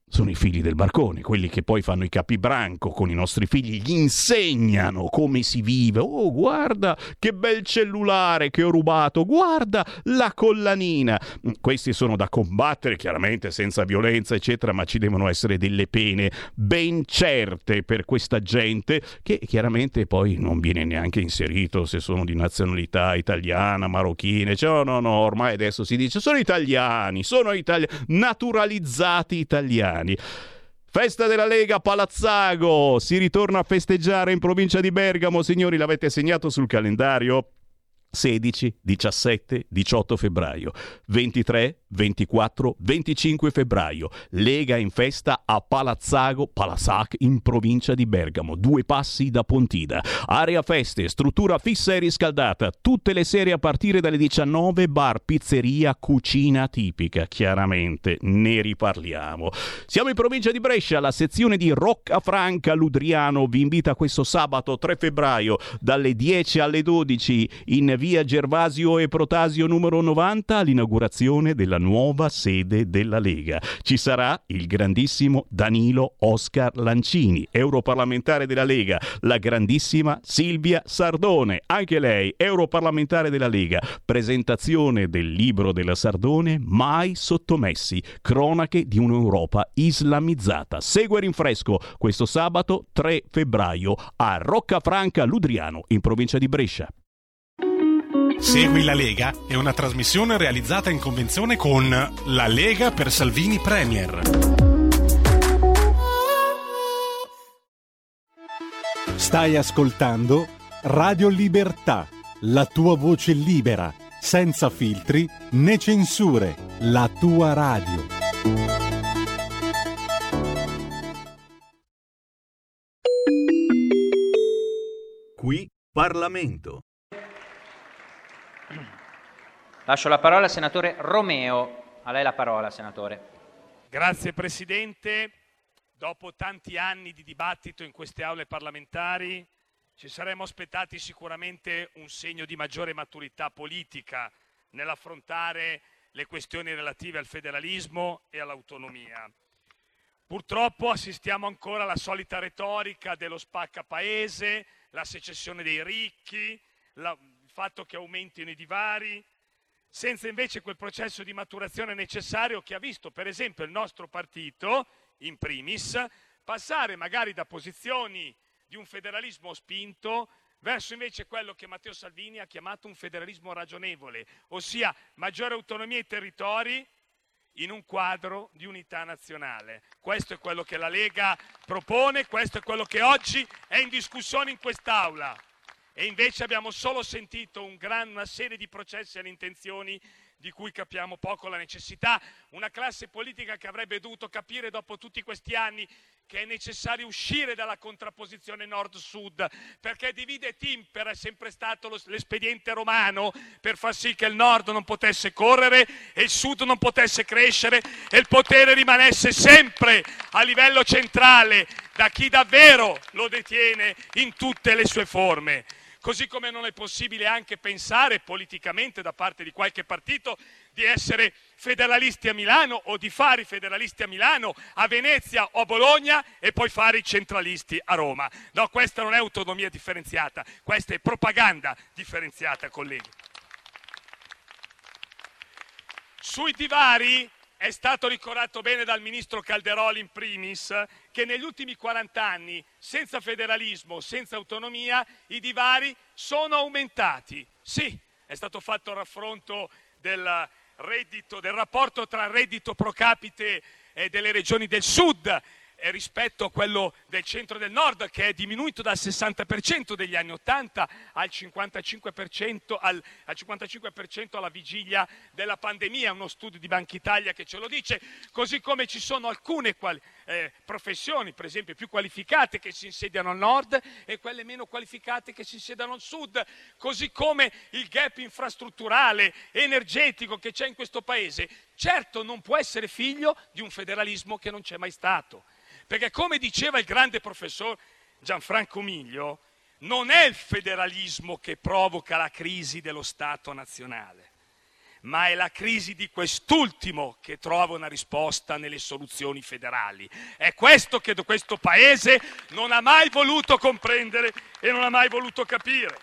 sono i figli del barcone, quelli che poi fanno i capibranco con i nostri figli, gli insegnano come si vive. Oh, guarda che bel cellulare che ho rubato, guarda la collanina. Questi sono da combattere, chiaramente senza violenza eccetera, ma ci devono essere delle pene ben certe per questa gente, che chiaramente poi non viene neanche inserito se sono di nazionalità italiana, marocchina, cioè, no no no, ormai adesso si dice sono italiani, sono italiani, naturalizzati italiani. Festa della Lega Palazzago, si ritorna a festeggiare in provincia di Bergamo, signori, l'avete segnato sul calendario? sedici, diciassette, diciotto febbraio, ventitré, ventiquattro, venticinque febbraio, Lega in festa a Palazzago, Palazzac in provincia di Bergamo, due passi da Pontida. Area feste, struttura fissa e riscaldata, tutte le sere a partire dalle diciannove, bar, pizzeria, cucina tipica, chiaramente ne riparliamo. Siamo in provincia di Brescia, la sezione di Roccafranca Ludriano vi invita questo sabato tre febbraio dalle dieci alle dodici in via Gervasio e Protasio numero novanta all'inaugurazione della nuova sede della Lega. Ci sarà il grandissimo Danilo Oscar Lancini, europarlamentare della Lega, la grandissima Silvia Sardone, anche lei europarlamentare della Lega. Presentazione del libro della Sardone, Mai sottomessi, cronache di un'Europa islamizzata. Segue Rinfresco questo sabato tre febbraio a Roccafranca Ludriano in provincia di Brescia. Segui la Lega è una trasmissione realizzata in convenzione con La Lega per Salvini Premier. Stai ascoltando Radio Libertà, la tua voce libera, senza filtri né censure, la tua radio. Qui Parlamento. Lascio la parola al senatore Romeo. A lei la parola, senatore. Grazie Presidente. Dopo tanti anni di dibattito in queste aule parlamentari ci saremmo aspettati sicuramente un segno di maggiore maturità politica nell'affrontare le questioni relative al federalismo e all'autonomia. Purtroppo assistiamo ancora alla solita retorica dello spacca paese, la secessione dei ricchi, la, il fatto che aumentino i divari, senza invece quel processo di maturazione necessario che ha visto, per esempio, il nostro partito, in primis, passare magari da posizioni di un federalismo spinto verso invece quello che Matteo Salvini ha chiamato un federalismo ragionevole, ossia maggiore autonomia ai territori in un quadro di unità nazionale. Questo è quello che la Lega propone, questo è quello che oggi è in discussione in quest'Aula. E invece abbiamo solo sentito un gran, una serie di processi alle intenzioni di cui capiamo poco la necessità. Una classe politica che avrebbe dovuto capire dopo tutti questi anni che è necessario uscire dalla contrapposizione nord-sud, perché divide e timpera è sempre stato lo, l'espediente romano per far sì che il nord non potesse correre e il sud non potesse crescere e il potere rimanesse sempre a livello centrale da chi davvero lo detiene in tutte le sue forme. Così come non è possibile anche pensare politicamente da parte di qualche partito di essere federalisti a Milano o di fare i federalisti a Milano, a Venezia o a Bologna e poi fare i centralisti a Roma. No, questa non è autonomia differenziata, questa è propaganda differenziata, colleghi. Sui divari è stato ricordato bene dal ministro Calderoli in primis che negli ultimi quaranta anni, senza federalismo, senza autonomia, i divari sono aumentati. Sì, è stato fatto il raffronto del reddito, del rapporto tra il reddito pro capite eh, delle regioni del sud eh, rispetto a quello del centro e del nord, che è diminuito dal sessanta per cento degli anni ottanta al cinquantacinque per cento, al, al cinquantacinque per cento alla vigilia della pandemia, uno studio di Banca Italia che ce lo dice, così come ci sono alcune quali, eh, professioni, per esempio più qualificate, che si insediano al nord e quelle meno qualificate che si insediano al sud, così come il gap infrastrutturale, energetico che c'è in questo paese, certo non può essere figlio di un federalismo che non c'è mai stato. Perché come diceva il grande professor Gianfranco Miglio, non è il federalismo che provoca la crisi dello Stato nazionale, ma è la crisi di quest'ultimo che trova una risposta nelle soluzioni federali. È questo che questo Paese non ha mai voluto comprendere e non ha mai voluto capire.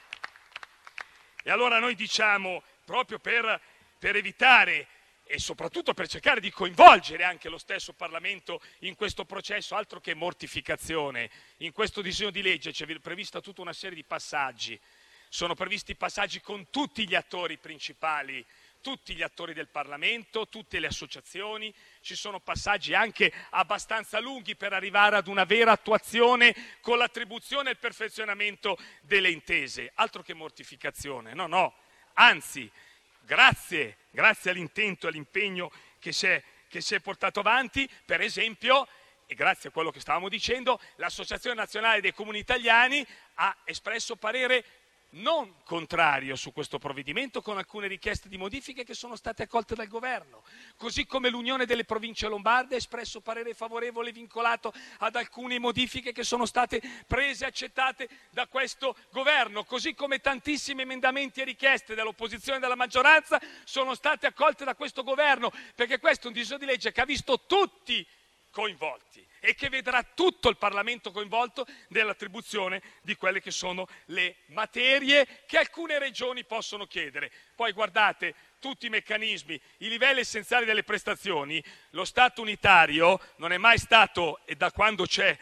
E allora noi diciamo, proprio per, per evitare e soprattutto per cercare di coinvolgere anche lo stesso Parlamento in questo processo, altro che mortificazione, in questo disegno di legge c'è prevista tutta una serie di passaggi, sono previsti passaggi con tutti gli attori principali, tutti gli attori del Parlamento, tutte le associazioni, ci sono passaggi anche abbastanza lunghi per arrivare ad una vera attuazione con l'attribuzione e il perfezionamento delle intese, altro che mortificazione, no, no, anzi, grazie, grazie all'intento e all'impegno che si è, che si è portato avanti, per esempio, e grazie a quello che stavamo dicendo, l'Associazione Nazionale dei Comuni Italiani ha espresso parere non contrario su questo provvedimento, con alcune richieste di modifiche che sono state accolte dal governo, così come l'Unione delle Province Lombarde ha espresso parere favorevole vincolato ad alcune modifiche che sono state prese e accettate da questo governo, così come tantissimi emendamenti e richieste dall'opposizione e dalla maggioranza sono state accolte da questo governo, perché questo è un disegno di legge che ha visto tutti coinvolti e che vedrà tutto il Parlamento coinvolto nell'attribuzione di quelle che sono le materie che alcune regioni possono chiedere. Poi guardate tutti i meccanismi, i livelli essenziali delle prestazioni, lo Stato unitario non è mai stato, e da quando c'è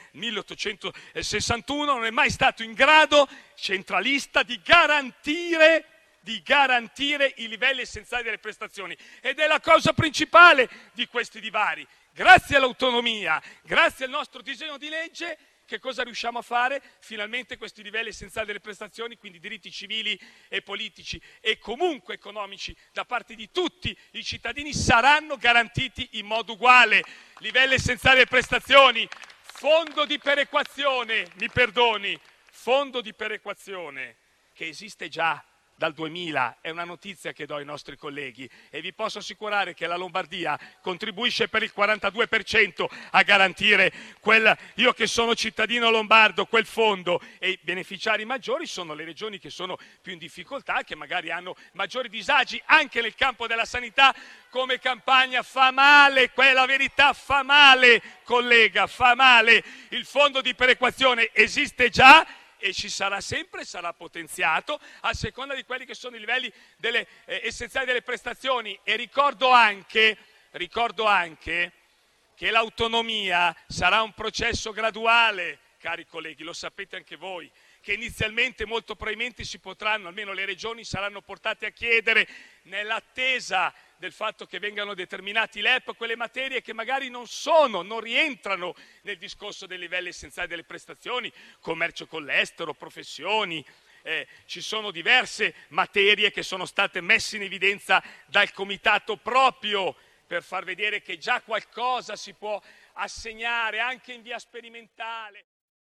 milleottocentosessantuno, non è mai stato in grado, centralista, di garantire di garantire i livelli essenziali delle prestazioni, ed è la cosa principale di questi divari. Grazie all'autonomia, grazie al nostro disegno di legge, che cosa riusciamo a fare? Finalmente questi livelli essenziali delle prestazioni, quindi diritti civili e politici e comunque economici da parte di tutti i cittadini, saranno garantiti in modo uguale. Livelli essenziali delle prestazioni, fondo di perequazione, mi perdoni, fondo di perequazione che esiste già dal duemila, è una notizia che do ai nostri colleghi, e vi posso assicurare che la Lombardia contribuisce per il quarantadue per cento a garantire quel, io che sono cittadino lombardo, quel fondo, e i beneficiari maggiori sono le regioni che sono più in difficoltà, che magari hanno maggiori disagi anche nel campo della sanità, come Campania. Fa male, quella verità fa male, collega, fa male. Il fondo di perequazione esiste già e ci sarà sempre, sarà potenziato a seconda di quelli che sono i livelli delle, eh, essenziali delle prestazioni. E ricordo anche, ricordo anche che l'autonomia sarà un processo graduale, cari colleghi, lo sapete anche voi, che inizialmente molto probabilmente si potranno, almeno le regioni saranno portate a chiedere, nell'attesa del fatto che vengano determinati l'E P, quelle materie che magari non sono, non rientrano nel discorso dei livelli essenziali delle prestazioni, commercio con l'estero, professioni. Eh, ci sono diverse materie che sono state messe in evidenza dal comitato proprio per far vedere che già qualcosa si può assegnare anche in via sperimentale.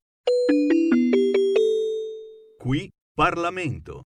Qui Parlamento.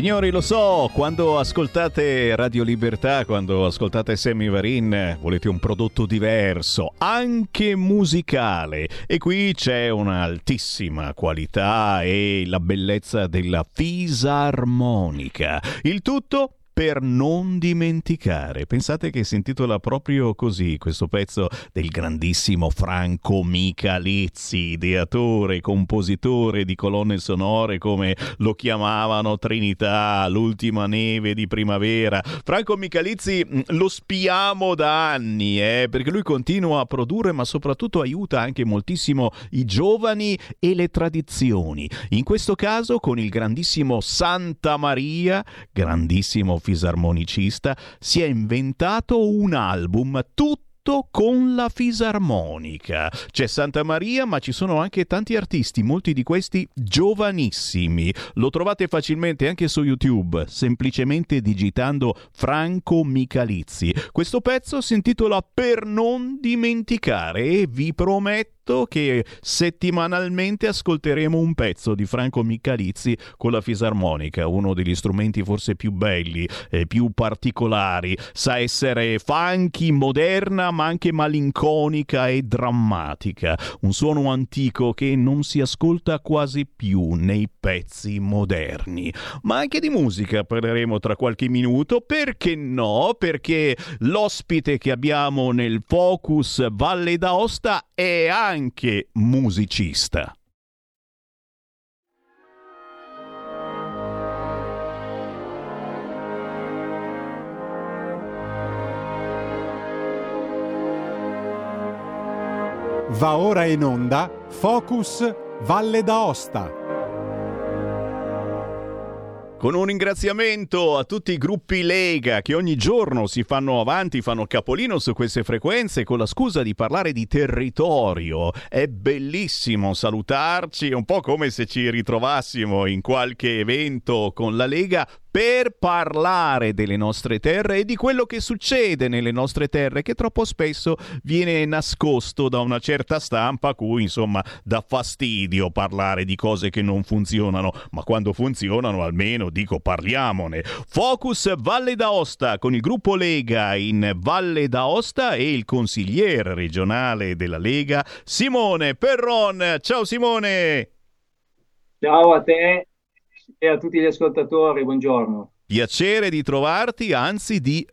Signori, lo so, quando ascoltate Radio Libertà, quando ascoltate Sammy Varin, volete un prodotto diverso, anche musicale. E qui c'è un'altissima qualità e la bellezza della fisarmonica. Il tutto per non dimenticare. Pensate che si intitola proprio così questo pezzo del grandissimo Franco Michalizzi, ideatore, compositore di colonne sonore come lo chiamavano Trinità, L'ultima neve di primavera. Franco Michalizzi lo spiamo da anni, eh, perché lui continua a produrre, ma soprattutto aiuta anche moltissimo i giovani e le tradizioni. In questo caso con il grandissimo Santa Maria, grandissimo fisarmonicista, si è inventato un album tutto con la fisarmonica. C'è Santa Maria, ma ci sono anche tanti artisti, molti di questi giovanissimi. Lo trovate facilmente anche su YouTube, semplicemente digitando Franco Michalizzi. Questo pezzo si intitola Per non dimenticare e vi prometto che settimanalmente ascolteremo un pezzo di Franco Michalizzi con la fisarmonica, uno degli strumenti forse più belli e più particolari. Sa essere funky, moderna, ma anche malinconica e drammatica. Un suono antico che non si ascolta quasi più nei pezzi moderni. Ma anche di musica parleremo tra qualche minuto, perché no? Perché l'ospite che abbiamo nel Focus Valle d'Aosta è anche musicista. Va ora in onda Focus Valle d'Aosta. Con un ringraziamento a tutti i gruppi Lega che ogni giorno si fanno avanti, fanno capolino su queste frequenze con la scusa di parlare di territorio. È bellissimo salutarci, è un po' come se ci ritrovassimo in qualche evento con la Lega per parlare delle nostre terre e di quello che succede nelle nostre terre, che troppo spesso viene nascosto da una certa stampa a cui, insomma, dà fastidio parlare di cose che non funzionano, ma quando funzionano almeno, dico, parliamone. Focus Valle d'Aosta con il gruppo Lega in Valle d'Aosta e il consigliere regionale della Lega, Simone Perron. Ciao Simone! Ciao a te e a tutti gli ascoltatori, buongiorno. Piacere di trovarti, anzi di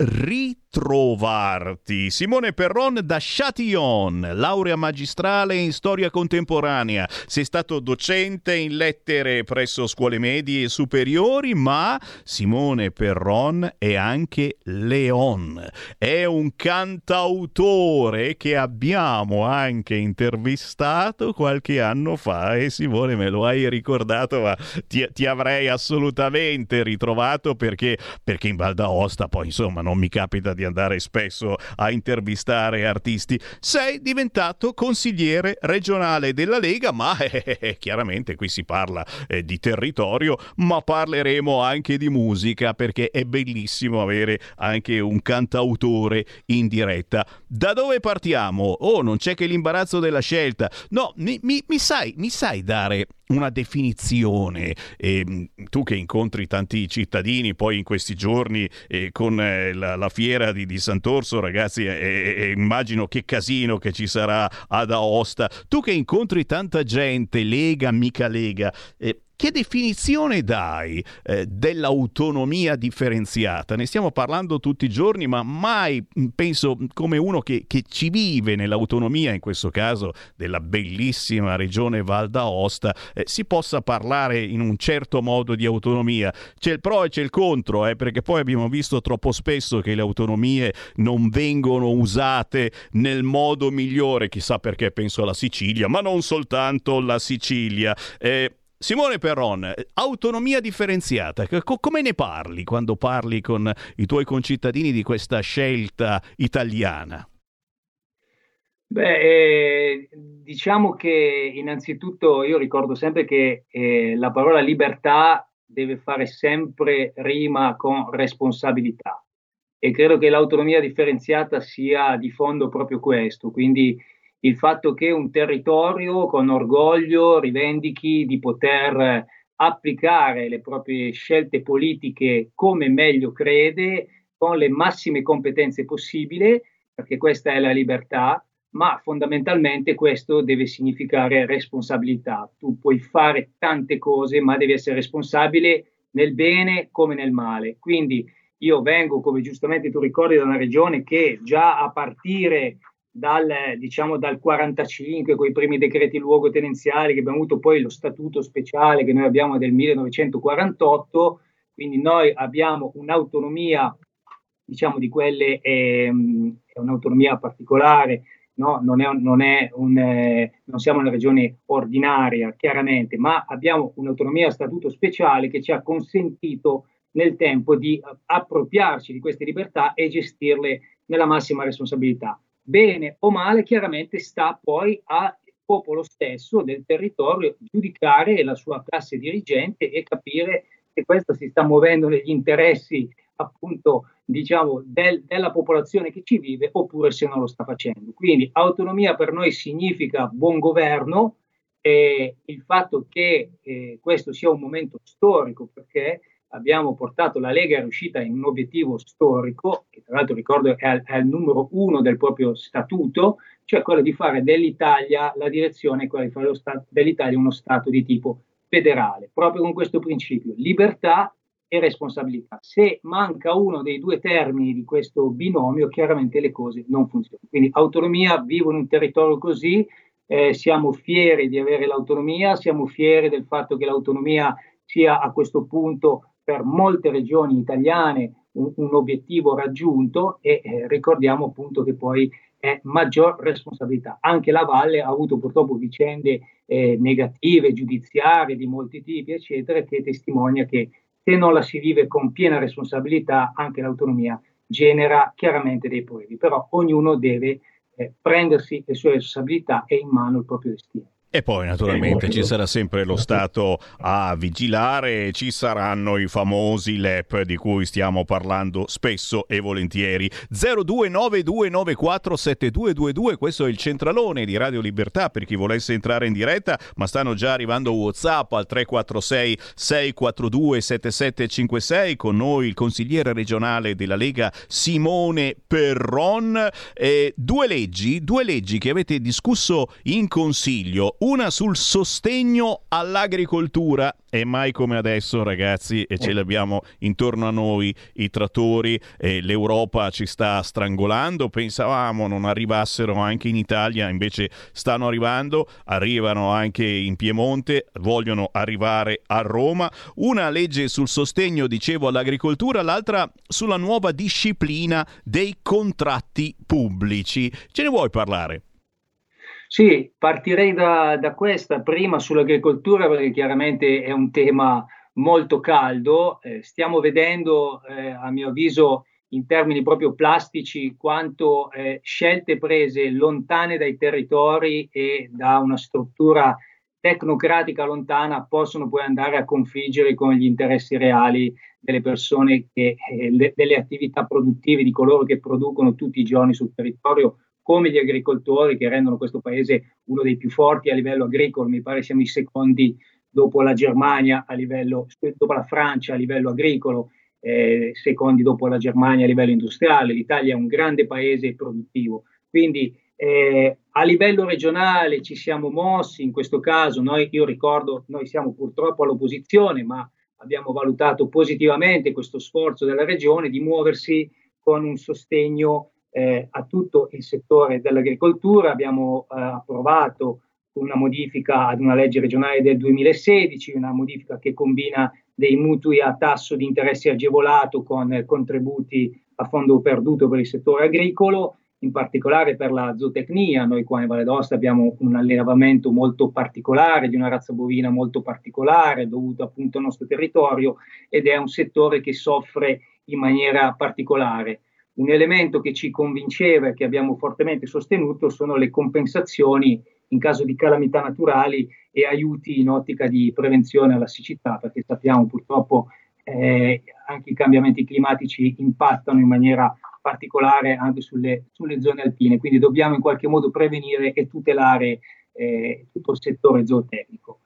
ritrovarti. Simone Perron da Châtillon, laurea magistrale in storia contemporanea. Sei stato docente in lettere presso scuole medie e superiori, ma Simone Perron è anche Leon. È un cantautore che abbiamo anche intervistato qualche anno fa e Simone, me lo hai ricordato, ma ti, ti avrei assolutamente ritrovato per Perché, perché in Val d'Aosta poi insomma non mi capita di andare spesso a intervistare artisti. Sei diventato consigliere regionale della Lega, ma eh, eh, chiaramente qui si parla eh, di territorio, ma parleremo anche di musica, perché è bellissimo avere anche un cantautore in diretta. Da dove partiamo? Oh, non c'è che l'imbarazzo della scelta. No, mi, mi, mi sai, mi sai dare una definizione, eh, tu che incontri tanti cittadini poi in questi giorni eh, con eh, la, la fiera di, di Sant'Orso, ragazzi, eh, eh, immagino che casino che ci sarà ad Aosta, tu che incontri tanta gente, Lega, mica Lega, eh, che definizione dai eh, dell'autonomia differenziata? Ne stiamo parlando tutti i giorni, ma mai, penso, come uno che, che ci vive nell'autonomia, in questo caso della bellissima regione Val d'Aosta, eh, si possa parlare in un certo modo di autonomia. C'è il pro e c'è il contro, eh, perché poi abbiamo visto troppo spesso che le autonomie non vengono usate nel modo migliore, chissà perché penso alla Sicilia, ma non soltanto la Sicilia. Eh, Simone Perron, autonomia differenziata, co- come ne parli quando parli con i tuoi concittadini di questa scelta italiana? Beh, eh, diciamo che innanzitutto io ricordo sempre che eh, la parola libertà deve fare sempre rima con responsabilità, e credo che l'autonomia differenziata sia di fondo proprio questo, quindi il fatto che un territorio con orgoglio rivendichi di poter applicare le proprie scelte politiche come meglio crede, con le massime competenze possibili, perché questa è la libertà, ma fondamentalmente questo deve significare responsabilità. Tu puoi fare tante cose, ma devi essere responsabile nel bene come nel male. Quindi io vengo, come giustamente tu ricordi, da una regione che già a partire dal, diciamo, dal quarantacinque, con i primi decreti luogotenenziali, che abbiamo avuto poi lo statuto speciale che noi abbiamo del millenovecentoquarantotto, quindi noi abbiamo un'autonomia, diciamo, di quelle, ehm, è un'autonomia particolare, no? Non, è, non, è un, eh, non siamo una regione ordinaria, chiaramente, ma abbiamo un'autonomia a statuto speciale che ci ha consentito nel tempo di appropriarci di queste libertà e gestirle nella massima responsabilità. Bene o male, chiaramente sta poi al popolo stesso del territorio giudicare la sua classe dirigente e capire se questa si sta muovendo negli interessi, appunto, diciamo, del, della popolazione che ci vive, oppure se non lo sta facendo. Quindi autonomia per noi significa buon governo, e il fatto che eh, questo sia un momento storico, perché abbiamo portato, la Lega è riuscita in un obiettivo storico, che tra l'altro ricordo è al, è al numero uno del proprio statuto, cioè quello di fare dell'Italia, la direzione è quella di fare lo stato, dell'Italia uno Stato di tipo federale, proprio con questo principio, libertà e responsabilità. Se manca uno dei due termini di questo binomio, chiaramente le cose non funzionano. Quindi autonomia, vivo in un territorio così, eh, siamo fieri di avere l'autonomia, siamo fieri del fatto che l'autonomia sia a questo punto per molte regioni italiane un, un obiettivo raggiunto, e eh, ricordiamo appunto che poi è maggior responsabilità. Anche la Valle ha avuto purtroppo vicende eh, negative, giudiziarie di molti tipi, eccetera, che testimonia che se non la si vive con piena responsabilità, anche l'autonomia genera chiaramente dei problemi. Però ognuno deve eh, prendersi le sue responsabilità e in mano il proprio destino. E poi naturalmente ci sarà sempre lo Stato a vigilare, ci saranno i famosi L E P di cui stiamo parlando spesso e volentieri. zero due nove due nove quattro sette due due due, questo è il centralone di Radio Libertà per chi volesse entrare in diretta, ma stanno già arrivando WhatsApp al tre quattro sei sei quattro due sette sette cinque sei, con noi il consigliere regionale della Lega Simone Perron. Eh, due leggi, due leggi che avete discusso in consiglio. Una sul sostegno all'agricoltura, e mai come adesso, ragazzi, e ce li abbiamo intorno a noi i trattori, e l'Europa ci sta strangolando, pensavamo non arrivassero anche in Italia, invece stanno arrivando, arrivano anche in Piemonte, vogliono arrivare a Roma. Una legge sul sostegno, dicevo, all'agricoltura, l'altra sulla nuova disciplina dei contratti pubblici. Ce ne vuoi parlare? Sì, partirei da, da questa, prima sull'agricoltura, perché chiaramente è un tema molto caldo. Eh, stiamo vedendo, eh, a mio avviso, in termini proprio plastici, quanto eh, scelte prese lontane dai territori e da una struttura tecnocratica lontana possono poi andare a confliggere con gli interessi reali delle persone, che, eh, le, delle attività produttive, di coloro che producono tutti i giorni sul territorio, come gli agricoltori, che rendono questo paese uno dei più forti a livello agricolo. Mi pare siamo i secondi dopo la Germania a livello, dopo la Francia a livello agricolo, eh, secondi dopo la Germania a livello industriale. L'Italia è un grande paese produttivo. Quindi eh, a livello regionale ci siamo mossi, in questo caso noi, io ricordo, noi siamo purtroppo all'opposizione, ma abbiamo valutato positivamente questo sforzo della regione di muoversi con un sostegno Eh, a tutto il settore dell'agricoltura. Abbiamo eh, approvato una modifica ad una legge regionale del duemilasedici, una modifica che combina dei mutui a tasso di interesse agevolato con eh, contributi a fondo perduto per il settore agricolo, in particolare per la zootecnia. Noi qua in Valle d'Aosta abbiamo un allevamento molto particolare, di una razza bovina molto particolare, dovuto appunto al nostro territorio, ed è un settore che soffre in maniera particolare. Un elemento che ci convinceva e che abbiamo fortemente sostenuto sono le compensazioni in caso di calamità naturali e aiuti in ottica di prevenzione alla siccità, perché sappiamo purtroppo eh, anche i cambiamenti climatici impattano in maniera particolare anche sulle, sulle zone alpine, quindi dobbiamo in qualche modo prevenire e tutelare eh, tutto il settore zootecnico.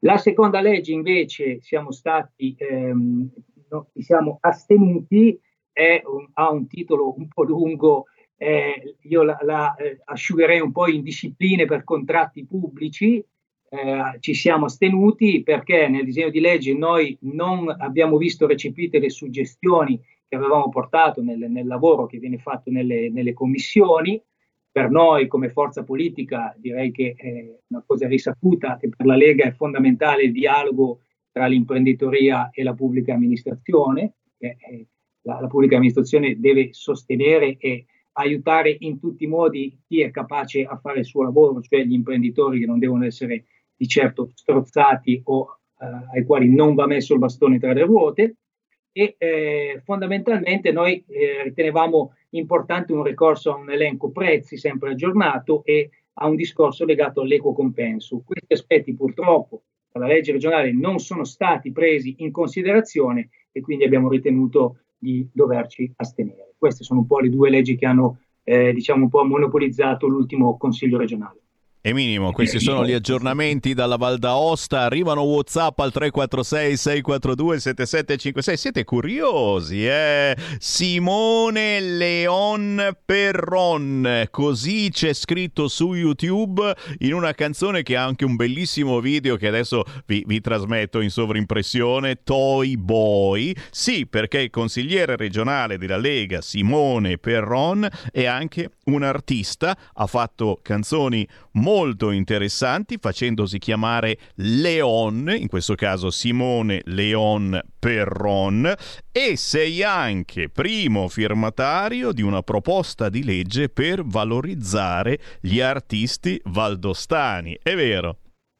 La seconda legge invece siamo stati, ehm, no, ci siamo astenuti, è un, ha un titolo un po' lungo, eh, io la, la eh, asciugherei un po' in discipline per contratti pubblici. Eh, ci siamo astenuti perché nel disegno di legge noi non abbiamo visto recepite le suggestioni che avevamo portato nel, nel lavoro che viene fatto nelle, nelle commissioni. Per noi come forza politica direi che è una cosa risaputa che per la Lega è fondamentale il dialogo tra l'imprenditoria e la pubblica amministrazione, che la, la pubblica amministrazione deve sostenere e aiutare in tutti i modi chi è capace a fare il suo lavoro, cioè gli imprenditori che non devono essere di certo strozzati o eh, ai quali non va messo il bastone tra le ruote. E eh, fondamentalmente noi eh, ritenevamo importante un ricorso a un elenco prezzi sempre aggiornato e a un discorso legato all'equo compenso. Questi aspetti purtroppo dalla legge regionale non sono stati presi in considerazione e quindi abbiamo ritenuto di doverci astenere. Queste sono un po' le due leggi che hanno eh, diciamo un po' monopolizzato l'ultimo Consiglio regionale. E minimo, questi sono gli aggiornamenti dalla Val d'Aosta. Arrivano WhatsApp al tre quattro sei sei quattro due sette sette cinque sei. Siete curiosi, eh? Simone Leon Perron, così c'è scritto su YouTube in una canzone che ha anche un bellissimo video che adesso vi, vi trasmetto in sovrimpressione, Toy Boy. Sì, perché il consigliere regionale della Lega Simone Perron è anche un artista, ha fatto canzoni molto molto interessanti facendosi chiamare Leon, in questo caso Simone Leon Perron, e sei anche primo firmatario di una proposta di legge per valorizzare gli artisti valdostani, è vero?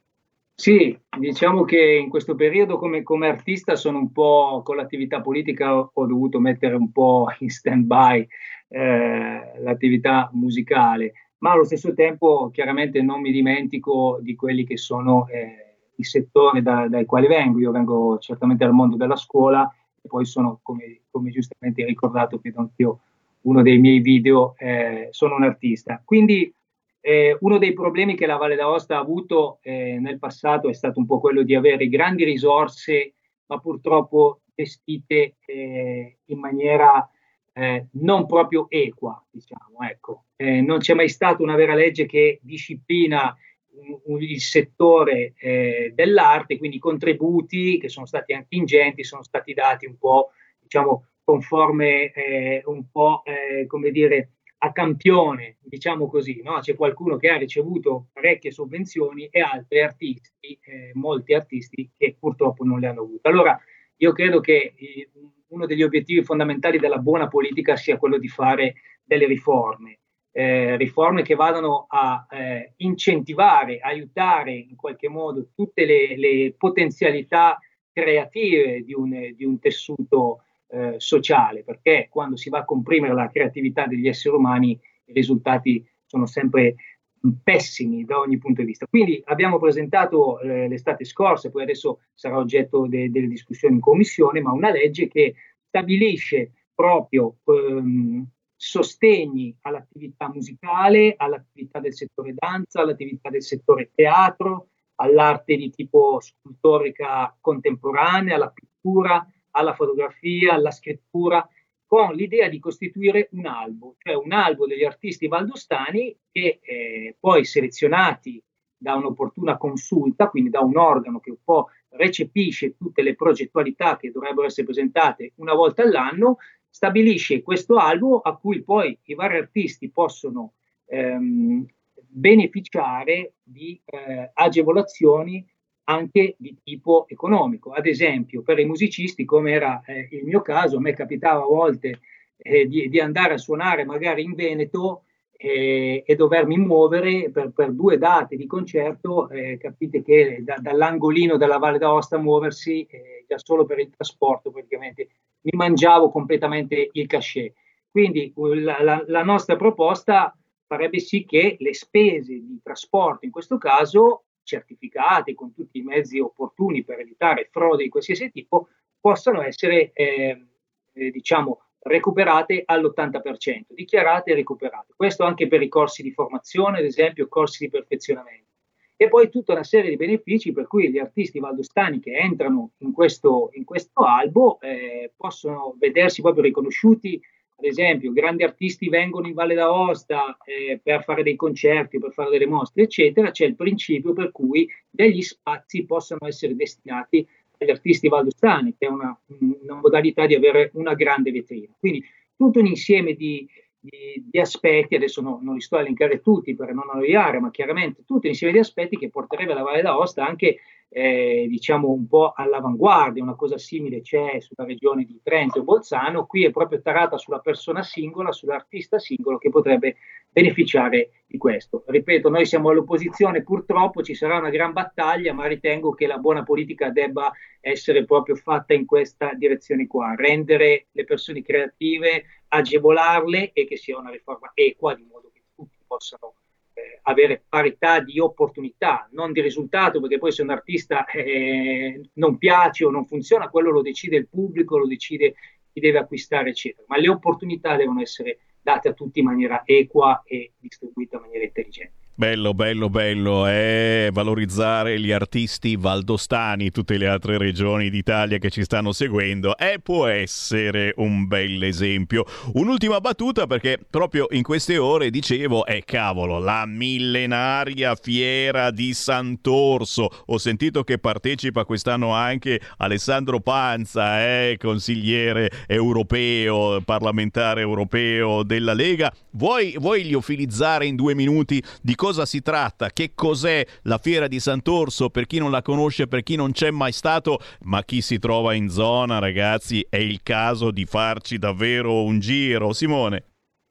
Sì, diciamo che in questo periodo come, come artista sono un po' con l'attività politica, ho, ho dovuto mettere un po' in stand-by eh, l'attività musicale, ma allo stesso tempo chiaramente non mi dimentico di quelli che sono eh, i settori da, dai quali vengo. Io vengo certamente dal mondo della scuola e poi sono, come, come giustamente ricordato, credo anch'io, uno dei miei video, eh, sono un artista. Quindi eh, uno dei problemi che la Valle d'Aosta ha avuto eh, nel passato è stato un po' quello di avere grandi risorse, ma purtroppo gestite eh, in maniera Eh, non proprio equa, diciamo, ecco. Eh, non c'è mai stata una vera legge che disciplina un, un, il settore eh, dell'arte, quindi i contributi che sono stati anche ingenti sono stati dati un po', diciamo, conforme eh, un po', eh, come dire, a campione, diciamo così, no? C'è qualcuno che ha ricevuto parecchie sovvenzioni e altri artisti, eh, molti artisti che purtroppo non le hanno avute. Allora, io credo che eh, uno degli obiettivi fondamentali della buona politica sia quello di fare delle riforme, eh, riforme che vadano a eh, incentivare, aiutare in qualche modo tutte le, le potenzialità creative di un, di un tessuto eh, sociale, perché quando si va a comprimere la creatività degli esseri umani i risultati sono sempre pessimi da ogni punto di vista. Quindi abbiamo presentato eh, l'estate scorsa, poi adesso sarà oggetto de- delle discussioni in commissione, ma una legge che stabilisce proprio ehm, sostegni all'attività musicale, all'attività del settore danza, all'attività del settore teatro, all'arte di tipo scultorica contemporanea, alla pittura, alla fotografia, alla scrittura, con l'idea di costituire un albo, cioè un albo degli artisti valdostani che eh, poi selezionati da un'opportuna consulta, quindi da un organo che un po' recepisce tutte le progettualità che dovrebbero essere presentate una volta all'anno, stabilisce questo albo a cui poi i vari artisti possono ehm, beneficiare di eh, agevolazioni anche di tipo economico. Ad esempio, per i musicisti, come era eh, il mio caso, a me capitava a volte eh, di, di andare a suonare magari in Veneto eh, e dovermi muovere per, per due date di concerto. Eh, capite che da, dall'angolino della Valle d'Aosta muoversi, eh, già solo per il trasporto praticamente, mi mangiavo completamente il cachet. Quindi la, la, la nostra proposta farebbe sì che le spese di trasporto, in questo caso, certificati con tutti i mezzi opportuni per evitare frode di qualsiasi tipo, possano essere eh, eh, diciamo recuperate all'ottanta per cento, dichiarate e recuperate. Questo anche per i corsi di formazione, ad esempio corsi di perfezionamento. e poi tutta una serie di benefici per cui gli artisti valdostani che entrano in questo, in questo albo eh, possono vedersi proprio riconosciuti. Ad esempio, grandi artisti vengono in Valle d'Aosta eh, per fare dei concerti, per fare delle mostre, eccetera. C'è il principio per cui degli spazi possano essere destinati agli artisti valdostani, che è una, una modalità di avere una grande vetrina. Quindi tutto un insieme di, di, di aspetti, adesso no, non li sto a elencare tutti per non annoiare, ma chiaramente tutto un insieme di aspetti che porterebbe la Valle d'Aosta anche Eh, diciamo un po' all'avanguardia. Una cosa simile c'è sulla regione di Trento e Bolzano, qui è proprio tarata sulla persona singola, sull'artista singolo che potrebbe beneficiare di questo. Ripeto, noi siamo all'opposizione, purtroppo ci sarà una gran battaglia, ma ritengo che la buona politica debba essere proprio fatta in questa direzione qua, rendere le persone creative, agevolarle e che sia una riforma equa, di modo che tutti possano Eh, avere parità di opportunità, non di risultato, perché poi se un artista eh, non piace o non funziona, quello lo decide il pubblico, lo decide chi deve acquistare, eccetera. Ma le opportunità devono essere date a tutti in maniera equa e distribuita in maniera intelligente. Bello, bello, bello, è valorizzare gli artisti valdostani, tutte le altre regioni d'Italia che ci stanno seguendo, e può essere un bel esempio. Un'ultima battuta, perché proprio in queste ore dicevo, eh cavolo, la millenaria fiera di Sant'Orso. Ho sentito che partecipa quest'anno anche Alessandro Panza, eh, consigliere europeo, parlamentare europeo della Lega. Vuoi, vuoi liofilizzare in due minuti di cosa si tratta? Che cos'è la Fiera di Sant'Orso? Per chi non la conosce, per chi non c'è mai stato, ma chi si trova in zona, ragazzi, è il caso di farci davvero un giro. Simone?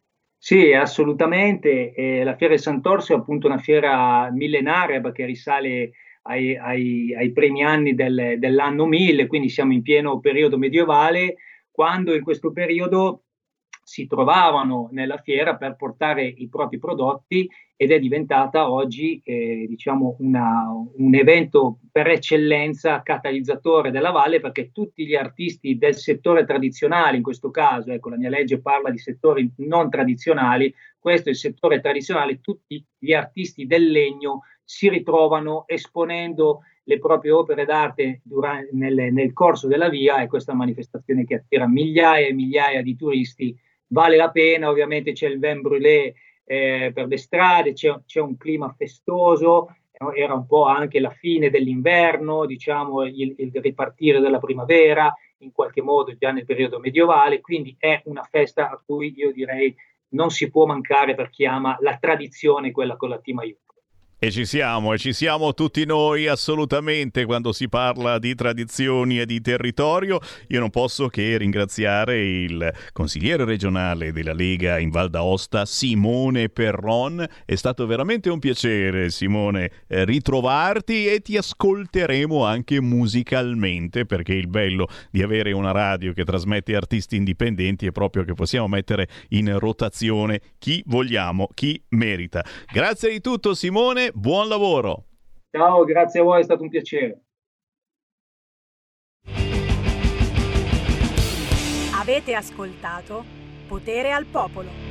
Sì, assolutamente. Eh, la Fiera di Sant'Orso è appunto una fiera millenaria che risale ai, ai, ai primi anni del, dell'anno mille, quindi siamo in pieno periodo medievale, quando in questo periodo si trovavano nella fiera per portare i propri prodotti, ed è diventata oggi eh, diciamo una, un evento per eccellenza catalizzatore della valle, perché tutti gli artisti del settore tradizionale, in questo caso, ecco, la mia legge parla di settori non tradizionali, questo è il settore tradizionale, tutti gli artisti del legno si ritrovano esponendo le proprie opere d'arte durante, nel, nel corso della via, e questa manifestazione che attira migliaia e migliaia di turisti vale la pena. Ovviamente c'è il vin brûlé eh, per le strade, c'è, c'è un clima festoso, era un po' anche la fine dell'inverno, diciamo il, il ripartire della primavera, in qualche modo già nel periodo medievale, quindi è una festa a cui io direi non si può mancare per chi ama la tradizione, quella con la T maiuscola. E ci siamo, e ci siamo tutti noi assolutamente quando si parla di tradizioni e di territorio. Io non posso che ringraziare il consigliere regionale della Lega in Val d'Aosta, Simone Perron. È stato veramente un piacere, Simone, eh, ritrovarti, e ti ascolteremo anche musicalmente, perché il bello di avere una radio che trasmette artisti indipendenti è proprio che possiamo mettere in rotazione chi vogliamo, chi merita. Grazie di tutto, Simone. Buon lavoro. Ciao, grazie a voi, è stato un piacere. Avete ascoltato Potere al Popolo.